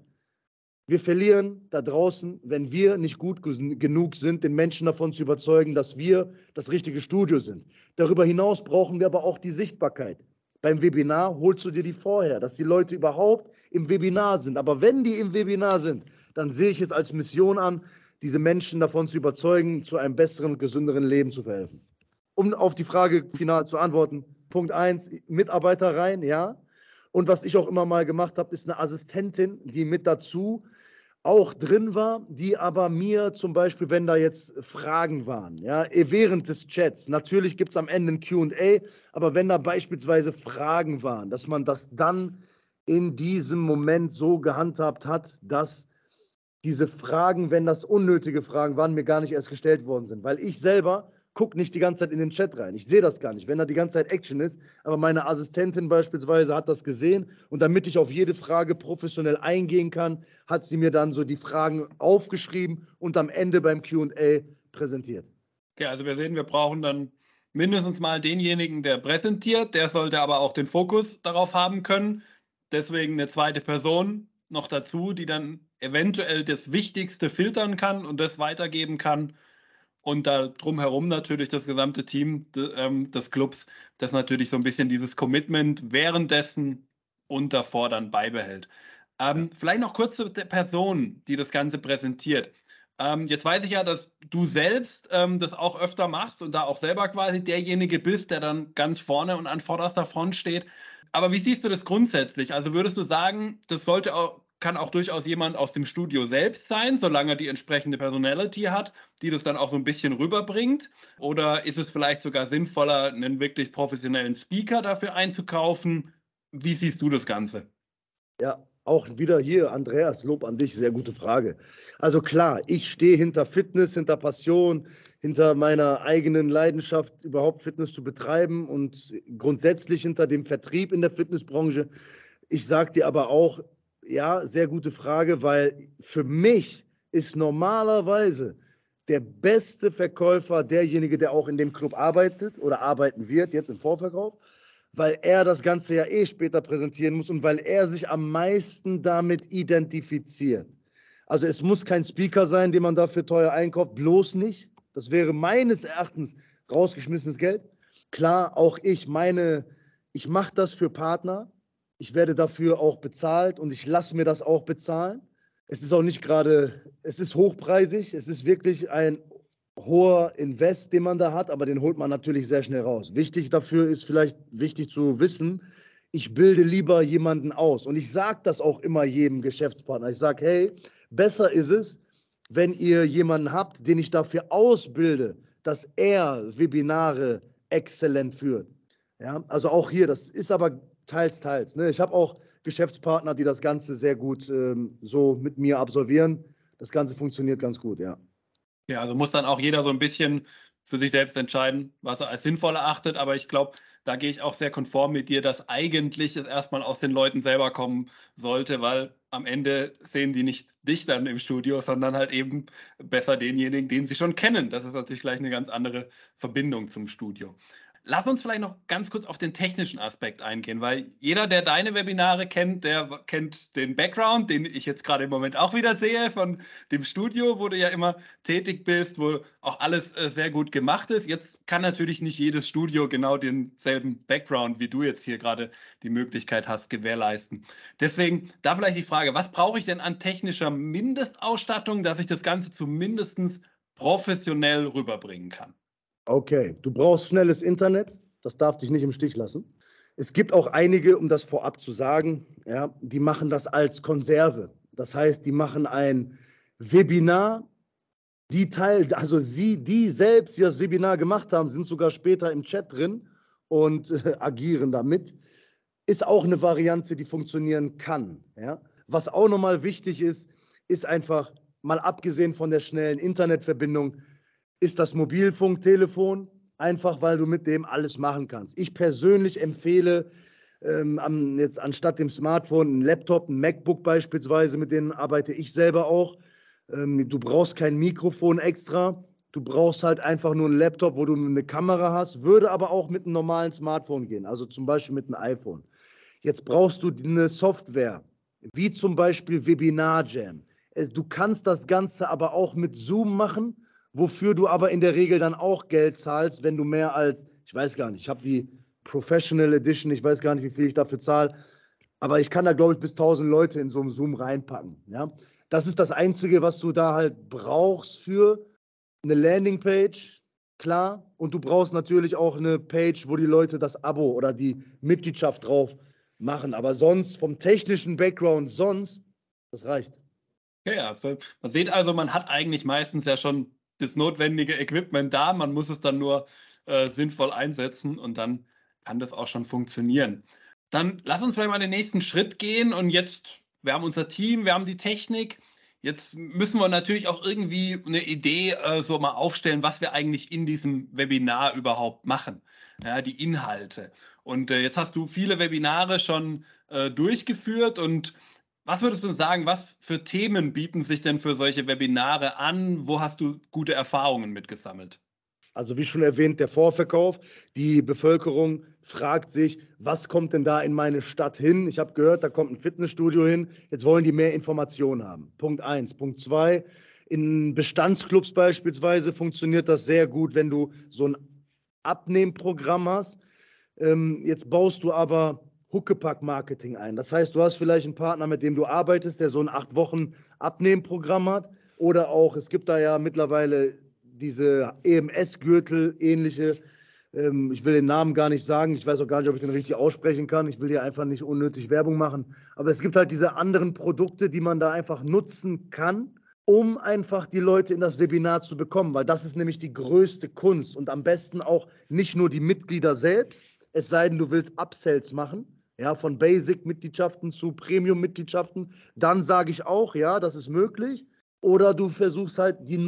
Wir verlieren da draußen, wenn wir nicht gut genug sind, den Menschen davon zu überzeugen, dass wir das richtige Studio sind. Darüber hinaus brauchen wir aber auch die Sichtbarkeit. Beim Webinar holst du dir die vorher, dass die Leute überhaupt im Webinar sind. Aber wenn die im Webinar sind, dann sehe ich es als Mission an, diese Menschen davon zu überzeugen, zu einem besseren und gesünderen Leben zu verhelfen. Um auf die Frage final zu antworten, Punkt 1, Mitarbeiter rein, ja. Und was ich auch immer mal gemacht habe, ist eine Assistentin, die mit dazu auch drin war, die aber mir zum Beispiel, wenn da jetzt Fragen waren, ja, während des Chats, natürlich gibt es am Ende ein Q&A, aber wenn da beispielsweise Fragen waren, dass man das dann in diesem Moment so gehandhabt hat, dass diese Fragen, wenn das unnötige Fragen waren, mir gar nicht erst gestellt worden sind, weil ich selber gucke nicht die ganze Zeit in den Chat rein. Ich sehe das gar nicht, wenn da die ganze Zeit Action ist. Aber meine Assistentin beispielsweise hat das gesehen. Und damit ich auf jede Frage professionell eingehen kann, hat sie mir dann so die Fragen aufgeschrieben und am Ende beim Q&A präsentiert. Okay, also wir sehen, wir brauchen dann mindestens mal denjenigen, der präsentiert. Der sollte aber auch den Fokus darauf haben können. Deswegen eine zweite Person noch dazu, die dann eventuell das Wichtigste filtern kann und das weitergeben kann. Und da drumherum natürlich das gesamte Team des Clubs, das natürlich so ein bisschen dieses Commitment währenddessen und davor dann beibehält. Vielleicht noch kurz zu der Person, die das Ganze präsentiert. Jetzt weiß ich ja, dass du selbst das auch öfter machst und da auch selber quasi derjenige bist, der dann ganz vorne und an vorderster Front steht. Aber wie siehst du das grundsätzlich? Also würdest du sagen, das kann auch durchaus jemand aus dem Studio selbst sein, solange er die entsprechende Personality hat, die das dann auch so ein bisschen rüberbringt? Oder ist es vielleicht sogar sinnvoller, einen wirklich professionellen Speaker dafür einzukaufen? Wie siehst du das Ganze? Ja, auch wieder hier, Andreas, Lob an dich, sehr gute Frage. Also klar, ich stehe hinter Fitness, hinter Passion, hinter meiner eigenen Leidenschaft, überhaupt Fitness zu betreiben und grundsätzlich hinter dem Vertrieb in der Fitnessbranche. Ich sage dir aber auch, ja, sehr gute Frage, weil für mich ist normalerweise der beste Verkäufer derjenige, der auch in dem Club arbeitet oder arbeiten wird, jetzt im Vorverkauf, weil er das Ganze ja eh später präsentieren muss und weil er sich am meisten damit identifiziert. Also es muss kein Speaker sein, den man dafür teuer einkauft, bloß nicht. Das wäre meines Erachtens rausgeschmissenes Geld. Klar, auch ich mache das für Partner. Ich werde dafür auch bezahlt und ich lasse mir das auch bezahlen. Es ist auch nicht gerade, es ist hochpreisig, es ist wirklich ein hoher Invest, den man da hat, aber den holt man natürlich sehr schnell raus. Wichtig dafür ist vielleicht wichtig zu wissen, ich bilde lieber jemanden aus. Und ich sage das auch immer jedem Geschäftspartner. Ich sage, hey, besser ist es, wenn ihr jemanden habt, den ich dafür ausbilde, dass er Webinare exzellent führt. Ja, also auch hier, das ist aber teils, teils. Ne? Ich habe auch Geschäftspartner, die das Ganze sehr gut so mit mir absolvieren. Das Ganze funktioniert ganz gut, ja. Ja, also muss dann auch jeder so ein bisschen für sich selbst entscheiden, was er als sinnvoll erachtet. Aber ich glaube, da gehe ich auch sehr konform mit dir, dass eigentlich es erstmal aus den Leuten selber kommen sollte, weil am Ende sehen die nicht dich dann im Studio, sondern halt eben besser denjenigen, den sie schon kennen. Das ist natürlich gleich eine ganz andere Verbindung zum Studio. Lass uns vielleicht noch ganz kurz auf den technischen Aspekt eingehen, weil jeder, der deine Webinare kennt, der kennt den Background, den ich jetzt gerade im Moment auch wieder sehe von dem Studio, wo du ja immer tätig bist, wo auch alles sehr gut gemacht ist. Jetzt kann natürlich nicht jedes Studio genau denselben Background, wie du jetzt hier gerade die Möglichkeit hast, gewährleisten. Deswegen da vielleicht die Frage, was brauche ich denn an technischer Mindestausstattung, dass ich das Ganze zumindest professionell rüberbringen kann? Okay, du brauchst schnelles Internet, das darf dich nicht im Stich lassen. Es gibt auch einige, um das vorab zu sagen, ja, die machen das als Konserve. Das heißt, die machen ein Webinar, die selbst, die das Webinar gemacht haben, sind sogar später im Chat drin und agieren damit. Ist auch eine Variante, die funktionieren kann. Ja. Was auch nochmal wichtig ist einfach, mal abgesehen von der schnellen Internetverbindung, ist das Mobilfunktelefon, einfach weil du mit dem alles machen kannst. Ich persönlich empfehle jetzt anstatt dem Smartphone ein Laptop, ein MacBook beispielsweise, mit denen arbeite ich selber auch. Du brauchst kein Mikrofon extra, du brauchst halt einfach nur einen Laptop, wo du eine Kamera hast, würde aber auch mit einem normalen Smartphone gehen, also zum Beispiel mit einem iPhone. Jetzt brauchst du eine Software, wie zum Beispiel Webinar Jam. Du kannst das Ganze aber auch mit Zoom machen, wofür du aber in der Regel dann auch Geld zahlst, wenn du mehr als, ich weiß gar nicht, ich habe die Professional Edition, ich weiß gar nicht, wie viel ich dafür zahle, aber ich kann da, glaube ich, bis 1000 Leute in so einem Zoom reinpacken. Ja? Das ist das Einzige, was du da halt brauchst für eine Landingpage, klar, und du brauchst natürlich auch eine Page, wo die Leute das Abo oder die Mitgliedschaft drauf machen, aber sonst vom technischen Background das reicht. Ja, also man sieht also, man hat eigentlich meistens ja schon das notwendige Equipment da, man muss es dann nur sinnvoll einsetzen und dann kann das auch schon funktionieren. Dann lass uns vielleicht mal den nächsten Schritt gehen und jetzt, wir haben unser Team, wir haben die Technik, jetzt müssen wir natürlich auch irgendwie eine Idee so mal aufstellen, was wir eigentlich in diesem Webinar überhaupt machen, ja, die Inhalte. Und jetzt hast du viele Webinare schon durchgeführt und was würdest du sagen, was für Themen bieten sich denn für solche Webinare an? Wo hast du gute Erfahrungen mitgesammelt? Also wie schon erwähnt, der Vorverkauf. Die Bevölkerung fragt sich, was kommt denn da in meine Stadt hin? Ich habe gehört, da kommt ein Fitnessstudio hin. Jetzt wollen die mehr Informationen haben. Punkt 1. Punkt 2, in Bestandsclubs beispielsweise funktioniert das sehr gut, wenn du so ein Abnehmprogramm hast. Jetzt baust du aber Huckepack-Marketing ein. Das heißt, du hast vielleicht einen Partner, mit dem du arbeitest, der so ein 8 Wochen Abnehmprogramm hat. Oder auch, es gibt da ja mittlerweile diese EMS-Gürtel, ähnliche. Ich will den Namen gar nicht sagen. Ich weiß auch gar nicht, ob ich den richtig aussprechen kann. Ich will hier einfach nicht unnötig Werbung machen. Aber es gibt halt diese anderen Produkte, die man da einfach nutzen kann, um einfach die Leute in das Webinar zu bekommen. Weil das ist nämlich die größte Kunst. Und am besten auch nicht nur die Mitglieder selbst, es sei denn, du willst Upsells machen. Ja, von Basic-Mitgliedschaften zu Premium-Mitgliedschaften, dann sage ich auch, ja, das ist möglich. Oder du versuchst halt die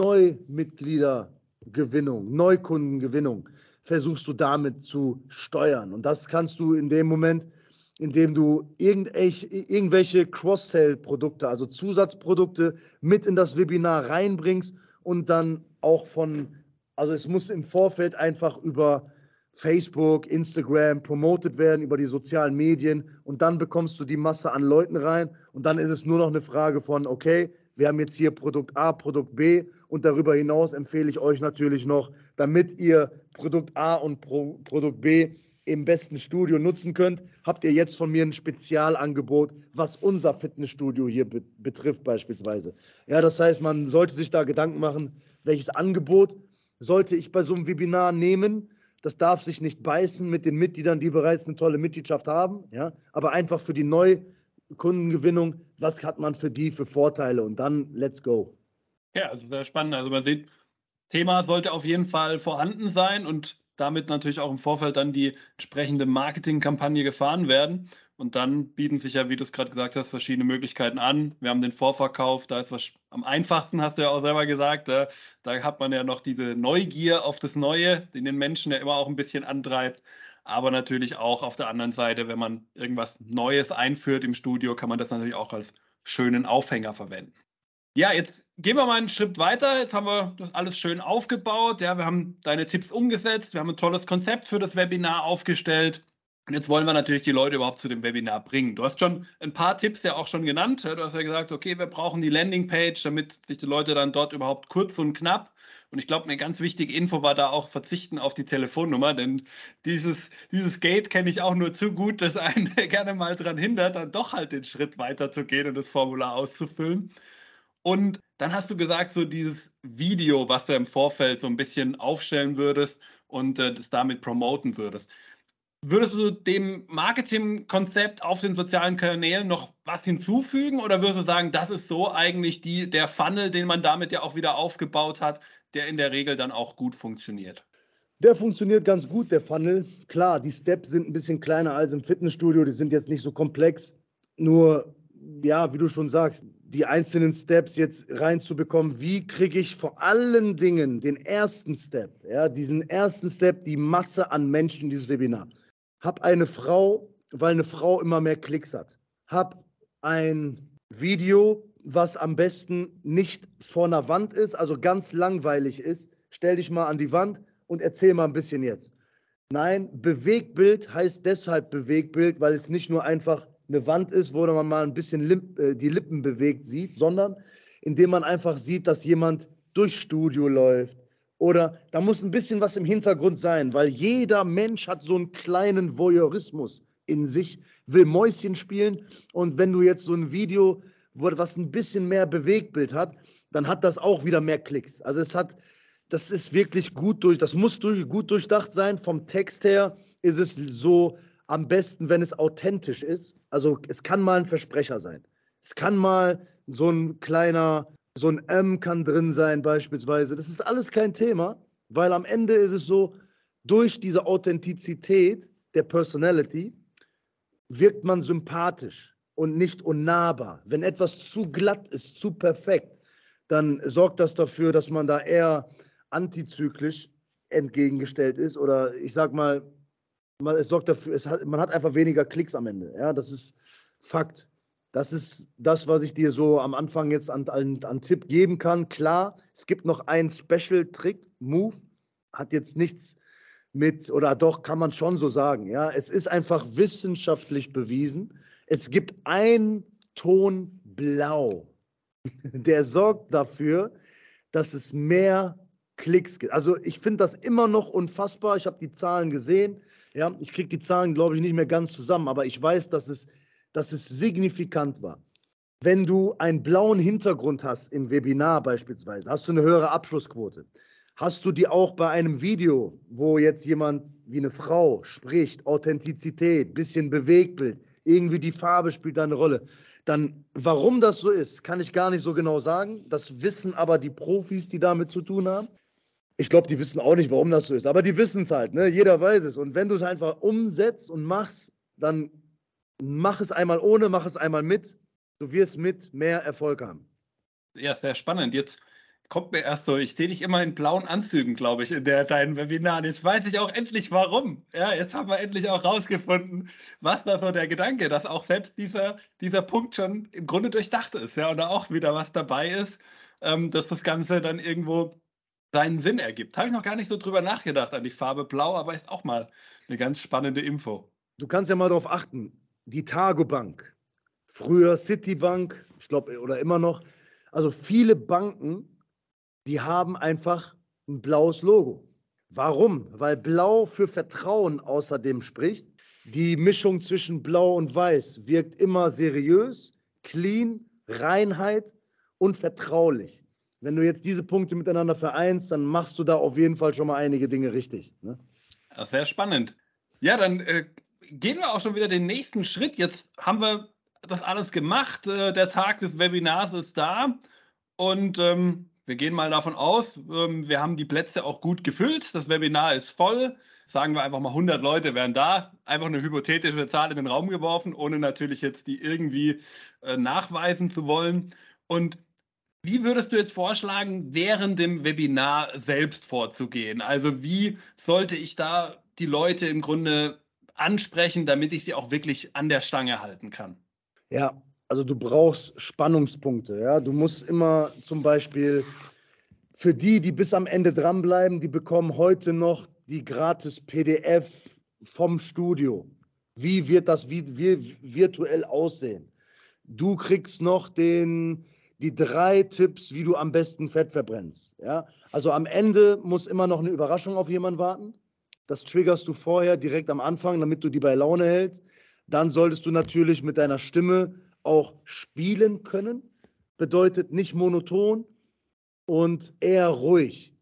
Neumitgliedergewinnung, Neukundengewinnung, versuchst du damit zu steuern. Und das kannst du in dem Moment, in dem du irgendwelche Cross-Sell-Produkte, also Zusatzprodukte mit in das Webinar reinbringst und dann auch also es muss im Vorfeld einfach über Facebook, Instagram promotet werden, über die sozialen Medien und dann bekommst du die Masse an Leuten rein und dann ist es nur noch eine Frage von, okay, wir haben jetzt hier Produkt A, Produkt B und darüber hinaus empfehle ich euch natürlich noch, damit ihr Produkt A und Produkt B im besten Studio nutzen könnt, habt ihr jetzt von mir ein Spezialangebot, was unser Fitnessstudio hier betrifft beispielsweise. Ja, das heißt, man sollte sich da Gedanken machen, welches Angebot sollte ich bei so einem Webinar nehmen. Das darf sich nicht beißen mit den Mitgliedern, die bereits eine tolle Mitgliedschaft haben, ja, aber einfach für die Neukundengewinnung, was hat man für die für Vorteile und dann let's go. Ja, also sehr spannend. Also man sieht, Thema sollte auf jeden Fall vorhanden sein und damit natürlich auch im Vorfeld dann die entsprechende Marketingkampagne gefahren werden. Und dann bieten sich ja, wie du es gerade gesagt hast, verschiedene Möglichkeiten an. Wir haben den Vorverkauf, da ist was am einfachsten, hast du ja auch selber gesagt. Da hat man ja noch diese Neugier auf das Neue, die den Menschen ja immer auch ein bisschen antreibt. Aber natürlich auch auf der anderen Seite, wenn man irgendwas Neues einführt im Studio, kann man das natürlich auch als schönen Aufhänger verwenden. Ja, jetzt gehen wir mal einen Schritt weiter. Jetzt haben wir das alles schön aufgebaut. Ja, wir haben deine Tipps umgesetzt. Wir haben ein tolles Konzept für das Webinar aufgestellt. Und jetzt wollen wir natürlich die Leute überhaupt zu dem Webinar bringen. Du hast schon ein paar Tipps ja auch schon genannt. Du hast ja gesagt, okay, wir brauchen die Landingpage, damit sich die Leute dann dort überhaupt kurz und knapp. Und ich glaube, eine ganz wichtige Info war da auch verzichten auf die Telefonnummer, denn dieses Gate kenne ich auch nur zu gut, dass einen gerne mal daran hindert, dann doch halt den Schritt weiterzugehen und das Formular auszufüllen. Und dann hast du gesagt, so dieses Video, was du im Vorfeld so ein bisschen aufstellen würdest und das damit promoten würdest. Würdest du dem Marketingkonzept auf den sozialen Kanälen noch was hinzufügen oder würdest du sagen, das ist so eigentlich der Funnel, den man damit ja auch wieder aufgebaut hat, der in der Regel dann auch gut funktioniert? Der funktioniert ganz gut, der Funnel. Klar, die Steps sind ein bisschen kleiner als im Fitnessstudio, die sind jetzt nicht so komplex. Nur, ja, wie du schon sagst, die einzelnen Steps jetzt reinzubekommen, wie kriege ich vor allen Dingen den ersten Step, ja, diesen ersten Step, die Masse an Menschen in dieses Webinar. Hab eine Frau, weil eine Frau immer mehr Klicks hat. Hab ein Video, was am besten nicht vor einer Wand ist, also ganz langweilig ist. Stell dich mal an die Wand und erzähl mal ein bisschen jetzt. Nein, Bewegtbild heißt deshalb Bewegtbild, weil es nicht nur einfach eine Wand ist, wo man mal ein bisschen die Lippen bewegt sieht, sondern indem man einfach sieht, dass jemand durchs Studio läuft. Oder da muss ein bisschen was im Hintergrund sein, weil jeder Mensch hat so einen kleinen Voyeurismus in sich, will Mäuschen spielen. Und wenn du jetzt so ein Video, was ein bisschen mehr Bewegtbild hat, dann hat das auch wieder mehr Klicks. Also das ist wirklich das muss gut durchdacht sein. Vom Text her ist es so am besten, wenn es authentisch ist. Also es kann mal ein Versprecher sein. Es kann mal so ein M kann drin sein beispielsweise. Das ist alles kein Thema, weil am Ende ist es so, durch diese Authentizität der Personality wirkt man sympathisch und nicht unnahbar. Wenn etwas zu glatt ist, zu perfekt, dann sorgt das dafür, dass man da eher antizyklisch entgegengestellt ist oder ich sag mal, es sorgt dafür, man hat einfach weniger Klicks am Ende. Ja, das ist Fakt. Das ist das, was ich dir so am Anfang jetzt an Tipp geben kann. Klar, es gibt noch einen Special-Trick, Move, hat jetzt nichts mit, oder doch, kann man schon so sagen. Ja, es ist einfach wissenschaftlich bewiesen. Es gibt einen Ton Blau, der sorgt dafür, dass es mehr Klicks gibt. Also ich finde das immer noch unfassbar. Ich habe die Zahlen gesehen. Ja, ich kriege die Zahlen, glaube ich, nicht mehr ganz zusammen, aber ich weiß, dass es signifikant war. Wenn du einen blauen Hintergrund hast im Webinar beispielsweise, hast du eine höhere Abschlussquote. Hast du die auch bei einem Video, wo jetzt jemand wie eine Frau spricht, Authentizität, bisschen Bewegtbild, irgendwie die Farbe spielt da eine Rolle. Dann, warum das so ist, kann ich gar nicht so genau sagen. Das wissen aber die Profis, die damit zu tun haben. Ich glaube, die wissen auch nicht, warum das so ist, aber die wissen es halt, ne? Jeder weiß es. Und wenn du es einfach umsetzt und machst, dann mach es einmal ohne, mach es einmal mit. Du wirst mit mehr Erfolg haben. Ja, sehr spannend. Jetzt kommt mir erst so, ich sehe dich immer in blauen Anzügen, glaube ich, in deinen Webinaren. Jetzt weiß ich auch endlich, warum. Ja, jetzt haben wir endlich auch rausgefunden, was da so der Gedanke, dass auch selbst dieser Punkt schon im Grunde durchdacht ist, ja, und da auch wieder was dabei ist, dass das Ganze dann irgendwo seinen Sinn ergibt. Habe ich noch gar nicht so drüber nachgedacht an die Farbe Blau, aber ist auch mal eine ganz spannende Info. Du kannst ja mal darauf achten, die Targobank, früher Citibank, ich glaube, oder immer noch, also viele Banken, die haben einfach ein blaues Logo. Warum? Weil Blau für Vertrauen außerdem spricht. Die Mischung zwischen Blau und Weiß wirkt immer seriös, clean, Reinheit und vertraulich. Wenn du jetzt diese Punkte miteinander vereinst, dann machst du da auf jeden Fall schon mal einige Dinge richtig. Ne? Ja, sehr spannend. Ja, dann gehen wir auch schon wieder den nächsten Schritt. Jetzt haben wir das alles gemacht. Der Tag des Webinars ist da. Und wir gehen mal davon aus, wir haben die Plätze auch gut gefüllt. Das Webinar ist voll. Sagen wir einfach mal 100 Leute wären da. Einfach eine hypothetische Zahl in den Raum geworfen, ohne natürlich jetzt die irgendwie nachweisen zu wollen. Und wie würdest du jetzt vorschlagen, während dem Webinar selbst vorzugehen? Also wie sollte ich da die Leute im Grunde ansprechen, damit ich sie auch wirklich an der Stange halten kann? Ja, also du brauchst Spannungspunkte. Ja? Du musst immer zum Beispiel für die bis am Ende dranbleiben, die bekommen heute noch die gratis PDF vom Studio. Wie wird das virtuell aussehen? Du kriegst noch die 3 Tipps, wie du am besten Fett verbrennst. Ja? Also am Ende muss immer noch eine Überraschung auf jemanden warten. Das triggerst du vorher direkt am Anfang, damit du die bei Laune hältst. Dann solltest du natürlich mit deiner Stimme auch spielen können. Bedeutet nicht monoton und eher ruhig.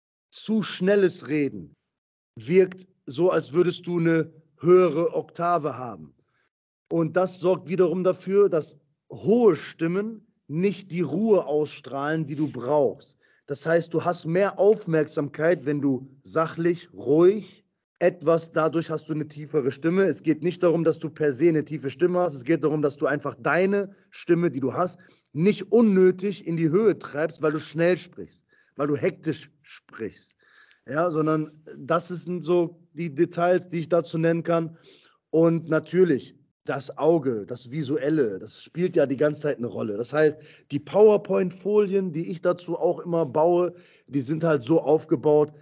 Zu schnelles Reden wirkt so, als würdest du eine höhere Oktave haben. Und das sorgt wiederum dafür, dass hohe Stimmen nicht die Ruhe ausstrahlen, die du brauchst. Das heißt, du hast mehr Aufmerksamkeit, wenn du sachlich, ruhig, dadurch hast du eine tiefere Stimme. Es geht nicht darum, dass du per se eine tiefe Stimme hast. Es geht darum, dass du einfach deine Stimme, die du hast, nicht unnötig in die Höhe treibst, weil du schnell sprichst, weil du hektisch sprichst. Ja, sondern das sind so die Details, die ich dazu nennen kann. Und natürlich, das Auge, das Visuelle, das spielt ja die ganze Zeit eine Rolle. Das heißt, die PowerPoint-Folien, die ich dazu auch immer baue, die sind halt so aufgebaut,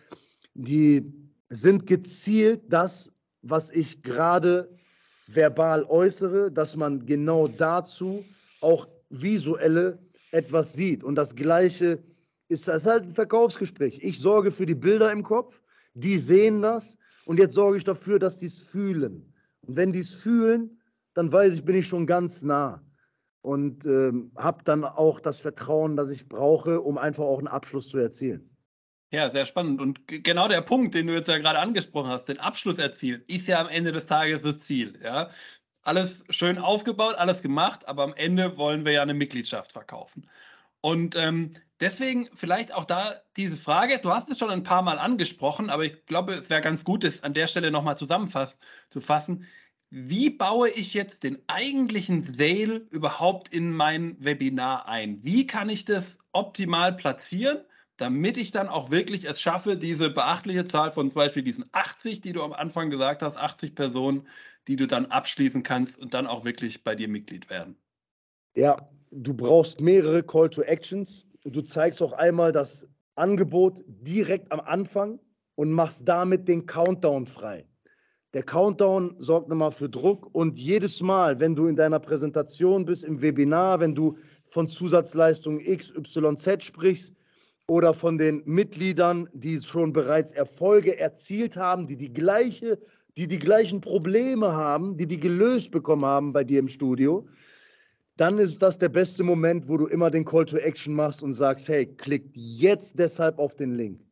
die sind gezielt das, was ich gerade verbal äußere, dass man genau dazu auch visuelle etwas sieht. Und das Gleiche ist halt ein Verkaufsgespräch. Ich sorge für die Bilder im Kopf, die sehen das und jetzt sorge ich dafür, dass die es fühlen. Und wenn die es fühlen, dann weiß ich, bin ich schon ganz nah und habe dann auch das Vertrauen, das ich brauche, um einfach auch einen Abschluss zu erzielen. Ja, sehr spannend. Und genau der Punkt, den du jetzt ja gerade angesprochen hast, den Abschluss erzielen, ist ja am Ende des Tages das Ziel. Ja? Alles schön aufgebaut, alles gemacht, aber am Ende wollen wir ja eine Mitgliedschaft verkaufen. Und deswegen vielleicht auch da diese Frage, du hast es schon ein paar Mal angesprochen, aber ich glaube, es wäre ganz gut, es an der Stelle nochmal zusammenzufassen. Wie baue ich jetzt den eigentlichen Sale überhaupt in mein Webinar ein? Wie kann ich das optimal platzieren, damit ich dann auch wirklich es schaffe, diese beachtliche Zahl von zum Beispiel diesen 80, die du am Anfang gesagt hast, 80 Personen, die du dann abschließen kannst und dann auch wirklich bei dir Mitglied werden? Ja, du brauchst mehrere Call to Actions. Du zeigst auch einmal das Angebot direkt am Anfang und machst damit den Countdown frei. Der Countdown sorgt nochmal für Druck und jedes Mal, wenn du in deiner Präsentation bist, im Webinar, wenn du von Zusatzleistungen XYZ sprichst oder von den Mitgliedern, die schon bereits Erfolge erzielt haben, die die gleichen Probleme haben, die gelöst bekommen haben bei dir im Studio, dann ist das der beste Moment, wo du immer den Call to Action machst und sagst, hey, klickt jetzt deshalb auf den Link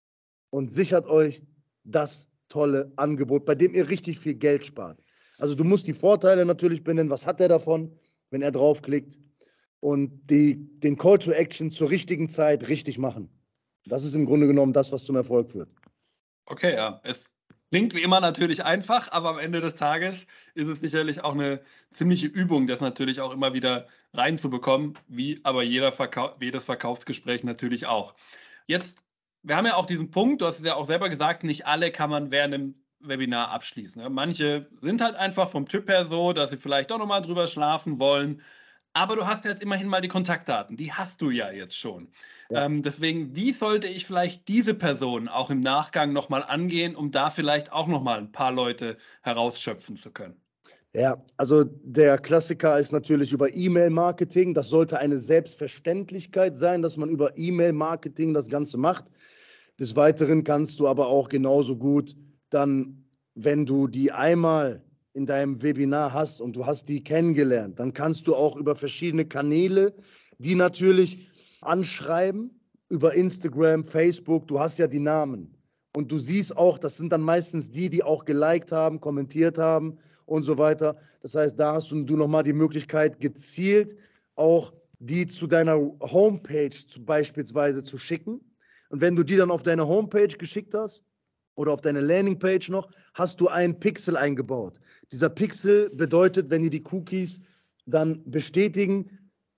und sichert euch das tolle Angebot, bei dem ihr richtig viel Geld spart. Also du musst die Vorteile natürlich benennen, was hat er davon, wenn er draufklickt und den Call to Action zur richtigen Zeit richtig machen. Das ist im Grunde genommen das, was zum Erfolg führt. Okay, ja, es klingt wie immer natürlich einfach, aber am Ende des Tages ist es sicherlich auch eine ziemliche Übung, das natürlich auch immer wieder reinzubekommen, wie aber jedes Verkaufsgespräch natürlich auch. Jetzt, wir haben ja auch diesen Punkt, du hast es ja auch selber gesagt, nicht alle kann man während dem Webinar abschließen. Ja? Manche sind halt einfach vom Typ her so, dass sie vielleicht doch nochmal drüber schlafen wollen. Aber du hast jetzt immerhin mal die Kontaktdaten, die hast du ja jetzt schon. Ja. Deswegen, wie sollte ich vielleicht diese Person auch im Nachgang nochmal angehen, um da vielleicht auch nochmal ein paar Leute herausschöpfen zu können? Ja, also der Klassiker ist natürlich über E-Mail-Marketing. Das sollte eine Selbstverständlichkeit sein, dass man über E-Mail-Marketing das Ganze macht. Des Weiteren kannst du aber auch genauso gut dann, wenn du die einmal in deinem Webinar hast und du hast die kennengelernt, dann kannst du auch über verschiedene Kanäle die natürlich anschreiben, über Instagram, Facebook, du hast ja die Namen. Und du siehst auch, das sind dann meistens die, die auch geliked haben, kommentiert haben und so weiter. Das heißt, da hast du nochmal die Möglichkeit, gezielt auch die zu deiner Homepage beispielsweise zu schicken. Und wenn du die dann auf deine Homepage geschickt hast oder auf deine Landingpage noch, hast du einen Pixel eingebaut. Dieser Pixel bedeutet, wenn die Cookies dann bestätigen,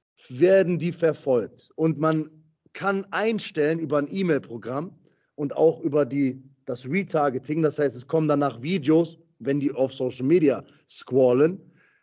werden die verfolgt. Und man kann einstellen über ein E-Mail-Programm und auch über das Retargeting. Das heißt, es kommen danach Videos, wenn die auf Social Media scrollen.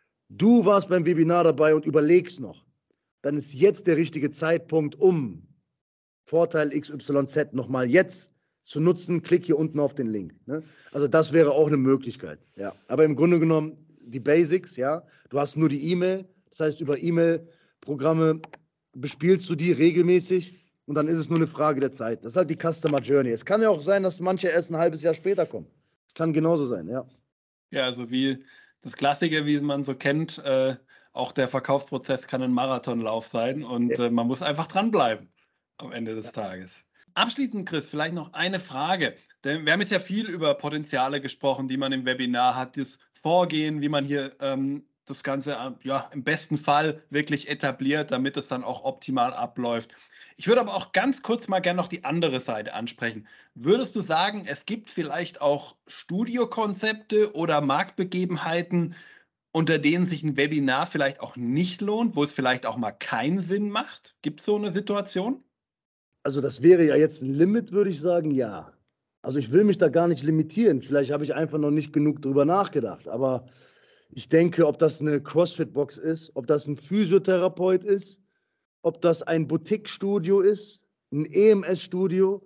Du warst beim Webinar dabei und überlegst noch. Dann ist jetzt der richtige Zeitpunkt, um Vorteil XYZ nochmal jetzt zu nutzen. Klick hier unten auf den Link. Ne? Also das wäre auch eine Möglichkeit. Ja. Aber im Grunde genommen die Basics, ja. Du hast nur die E-Mail. Das heißt, über E-Mail-Programme bespielst du die regelmäßig und dann ist es nur eine Frage der Zeit. Das ist halt die Customer Journey. Es kann ja auch sein, dass manche erst ein halbes Jahr später kommen. Das kann genauso sein, ja. Ja, also wie das Klassiker, wie man so kennt, auch der Verkaufsprozess kann ein Marathonlauf sein und man muss einfach dranbleiben am Ende des Tages. Abschließend, Chris, vielleicht noch eine Frage. Denn wir haben jetzt ja viel über Potenziale gesprochen, die man im Webinar hat, das Vorgehen, wie man hier das Ganze im besten Fall wirklich etabliert, damit es dann auch optimal abläuft. Ich würde aber auch ganz kurz mal gerne noch die andere Seite ansprechen. Würdest du sagen, es gibt vielleicht auch Studiokonzepte oder Marktbegebenheiten, unter denen sich ein Webinar vielleicht auch nicht lohnt, wo es vielleicht auch mal keinen Sinn macht? Gibt es so eine Situation? Also das wäre ja jetzt ein Limit, würde ich sagen, ja. Also ich will mich da gar nicht limitieren. Vielleicht habe ich einfach noch nicht genug drüber nachgedacht. Aber ich denke, ob das eine CrossFit-Box ist, ob das ein Physiotherapeut ist, ob das ein Boutique-Studio ist, ein EMS-Studio,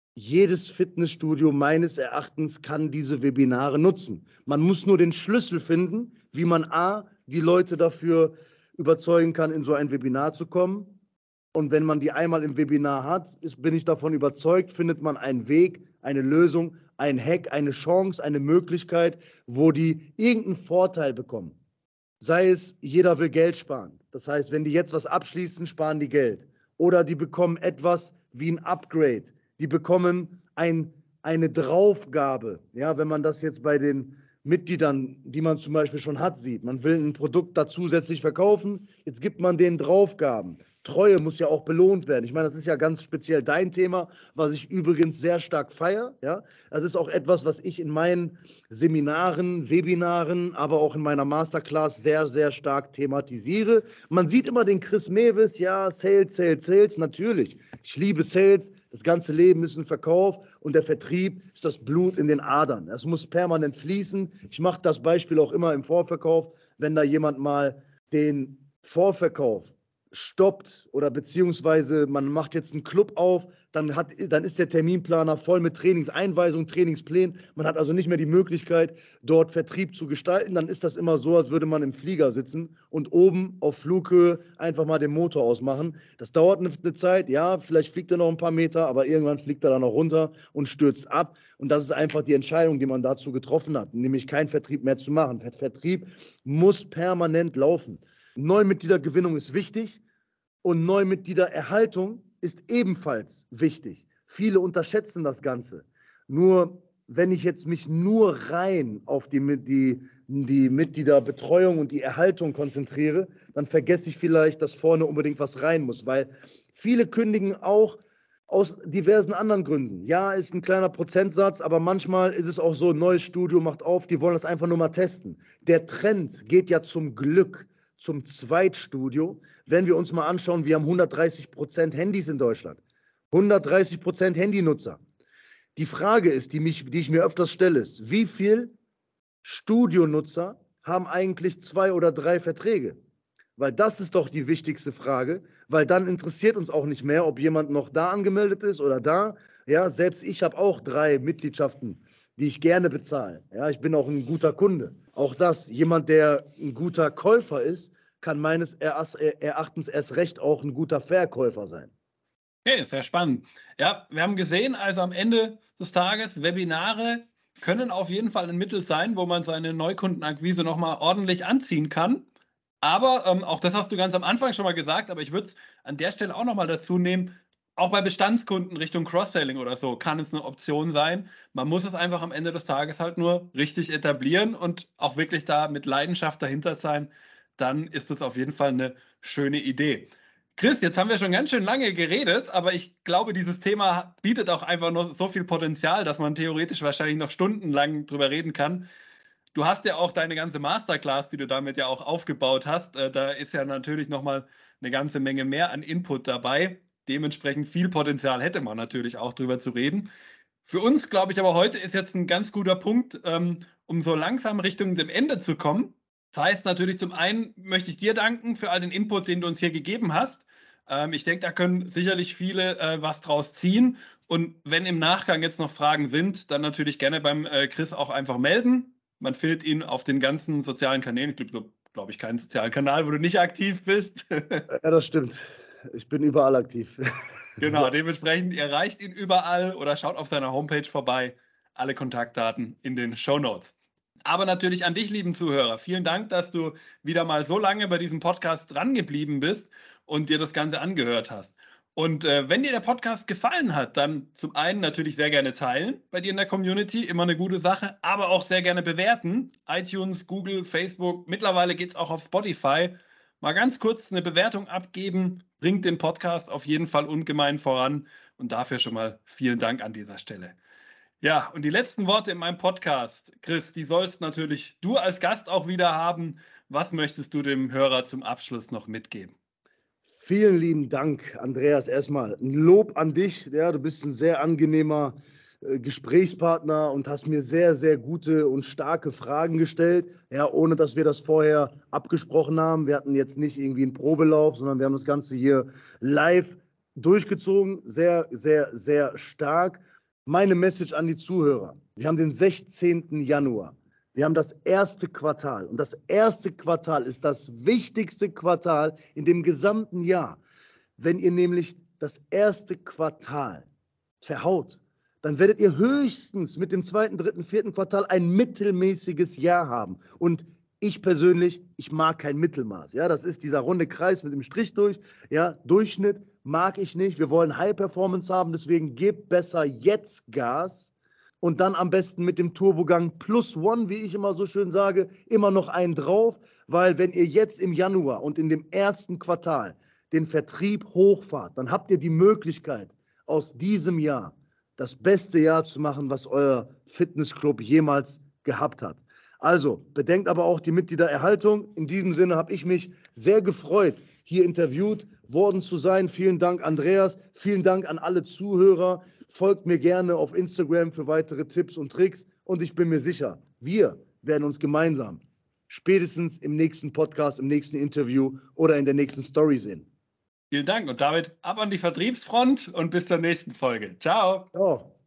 jedes Fitnessstudio meines Erachtens kann diese Webinare nutzen. Man muss nur den Schlüssel finden, wie man die Leute dafür überzeugen kann, in so ein Webinar zu kommen. Und wenn man die einmal im Webinar hat, bin ich davon überzeugt, findet man einen Weg, eine Lösung, ein Hack, eine Chance, eine Möglichkeit, wo die irgendeinen Vorteil bekommen. Sei es, jeder will Geld sparen. Das heißt, wenn die jetzt was abschließen, sparen die Geld. Oder die bekommen etwas wie ein Upgrade. Die bekommen eine Draufgabe. Ja, wenn man das jetzt bei den Mitgliedern, die man zum Beispiel schon hat, sieht. Man will ein Produkt da zusätzlich verkaufen, jetzt gibt man denen Draufgaben. Treue muss ja auch belohnt werden. Ich meine, das ist ja ganz speziell dein Thema, was ich übrigens sehr stark feiere. Ja? Das ist auch etwas, was ich in meinen Seminaren, Webinaren, aber auch in meiner Masterclass sehr, sehr stark thematisiere. Man sieht immer den Chris Mewis, ja, Sales, Sales, Sales, natürlich. Ich liebe Sales, das ganze Leben ist ein Verkauf und der Vertrieb ist das Blut in den Adern. Das muss permanent fließen. Ich mache das Beispiel auch immer im Vorverkauf, wenn da jemand mal den Vorverkauf stoppt oder beziehungsweise man macht jetzt einen Club auf, dann ist der Terminplaner voll mit Trainingseinweisungen, Trainingsplänen. Man hat also nicht mehr die Möglichkeit, dort Vertrieb zu gestalten. Dann ist das immer so, als würde man im Flieger sitzen und oben auf Flughöhe einfach mal den Motor ausmachen. Das dauert eine Zeit, ja, vielleicht fliegt er noch ein paar Meter, aber irgendwann fliegt er dann noch runter und stürzt ab. Und das ist einfach die Entscheidung, die man dazu getroffen hat, nämlich keinen Vertrieb mehr zu machen. Vertrieb muss permanent laufen. Neumitgliedergewinnung ist wichtig und Neumitgliedererhaltung ist ebenfalls wichtig. Viele unterschätzen das Ganze. Nur wenn ich jetzt mich nur rein auf die Mitgliederbetreuung und die Erhaltung konzentriere, dann vergesse ich vielleicht, dass vorne unbedingt was rein muss, weil viele kündigen auch aus diversen anderen Gründen. Ja, ist ein kleiner Prozentsatz, aber manchmal ist es auch so, ein neues Studio macht auf, die wollen das einfach nur mal testen. Der Trend geht ja zum Glück zum Zweitstudio. Wenn wir uns mal anschauen, wir haben 130% Handys in Deutschland. 130% Handynutzer. Die Frage ist, die ich mir öfters stelle, ist, wie viel Studionutzer haben eigentlich 2 oder 3 Verträge? Weil das ist doch die wichtigste Frage, weil dann interessiert uns auch nicht mehr, ob jemand noch da angemeldet ist oder da. Ja, selbst ich habe auch 3 Mitgliedschaften, die ich gerne bezahle. Ja, ich bin auch ein guter Kunde. Auch das, jemand, der ein guter Käufer ist, kann meines Erachtens erst recht auch ein guter Verkäufer sein. Okay, sehr spannend. Ja, wir haben gesehen, also am Ende des Tages, Webinare können auf jeden Fall ein Mittel sein, wo man seine Neukundenakquise nochmal ordentlich anziehen kann. Aber auch das hast du ganz am Anfang schon mal gesagt, aber ich würde es an der Stelle auch nochmal dazu nehmen, auch bei Bestandskunden Richtung Cross-Selling oder so kann es eine Option sein. Man muss es einfach am Ende des Tages halt nur richtig etablieren und auch wirklich da mit Leidenschaft dahinter sein. Dann ist es auf jeden Fall eine schöne Idee. Chris, jetzt haben wir schon ganz schön lange geredet, aber ich glaube, dieses Thema bietet auch einfach noch so viel Potenzial, dass man theoretisch wahrscheinlich noch stundenlang drüber reden kann. Du hast ja auch deine ganze Masterclass, die du damit ja auch aufgebaut hast. Da ist ja natürlich nochmal eine ganze Menge mehr an Input dabei. Dementsprechend viel Potenzial hätte man natürlich auch drüber zu reden. Für uns, glaube ich, aber heute ist jetzt ein ganz guter Punkt, um so langsam Richtung dem Ende zu kommen. Das heißt natürlich, zum einen möchte ich dir danken für all den Input, den du uns hier gegeben hast. Ich denke, da können sicherlich viele was draus ziehen. Und wenn im Nachgang jetzt noch Fragen sind, dann natürlich gerne beim Chris auch einfach melden. Man findet ihn auf den ganzen sozialen Kanälen. Es gibt, glaube ich, keinen sozialen Kanal, wo du nicht aktiv bist. Ja, das stimmt. Ich bin überall aktiv. Genau, dementsprechend, ihr erreicht ihn überall oder schaut auf seiner Homepage vorbei. Alle Kontaktdaten in den Shownotes. Aber natürlich an dich, lieben Zuhörer. Vielen Dank, dass du wieder mal so lange bei diesem Podcast dran geblieben bist und dir das Ganze angehört hast. Und wenn dir der Podcast gefallen hat, dann zum einen natürlich sehr gerne teilen bei dir in der Community, immer eine gute Sache, aber auch sehr gerne bewerten. iTunes, Google, Facebook, mittlerweile geht es auch auf Spotify. Mal ganz kurz eine Bewertung abgeben, bringt den Podcast auf jeden Fall ungemein voran. Und dafür schon mal vielen Dank an dieser Stelle. Ja, und die letzten Worte in meinem Podcast, Chris, die sollst natürlich du als Gast auch wieder haben. Was möchtest du dem Hörer zum Abschluss noch mitgeben? Vielen lieben Dank, Andreas. Erstmal ein Lob an dich. Ja, du bist ein sehr angenehmer Gesprächspartner und hast mir sehr, sehr gute und starke Fragen gestellt, ja, ohne dass wir das vorher abgesprochen haben. Wir hatten jetzt nicht irgendwie einen Probelauf, sondern wir haben das Ganze hier live durchgezogen. Sehr, sehr, sehr stark. Meine Message an die Zuhörer. Wir haben den 16. Januar. Wir haben das erste Quartal. Und das erste Quartal ist das wichtigste Quartal in dem gesamten Jahr. Wenn ihr nämlich das erste Quartal verhaut, dann werdet ihr höchstens mit dem zweiten, dritten, vierten Quartal ein mittelmäßiges Jahr haben. Und ich persönlich, ich mag kein Mittelmaß. Ja, das ist dieser runde Kreis mit dem Strich durch. Ja, Durchschnitt mag ich nicht. Wir wollen High Performance haben, deswegen gebt besser jetzt Gas und dann am besten mit dem Turbogang +1, wie ich immer so schön sage, immer noch einen drauf, weil wenn ihr jetzt im Januar und in dem ersten Quartal den Vertrieb hochfahrt, dann habt ihr die Möglichkeit, aus diesem Jahr das beste Jahr zu machen, was euer Fitnessclub jemals gehabt hat. Also, bedenkt aber auch die Mitgliedererhaltung. In diesem Sinne habe ich mich sehr gefreut, hier interviewt worden zu sein. Vielen Dank, Andreas. Vielen Dank an alle Zuhörer. Folgt mir gerne auf Instagram für weitere Tipps und Tricks. Und ich bin mir sicher, wir werden uns gemeinsam spätestens im nächsten Podcast, im nächsten Interview oder in der nächsten Story sehen. Vielen Dank und damit ab an die Vertriebsfront und bis zur nächsten Folge. Ciao. Ciao.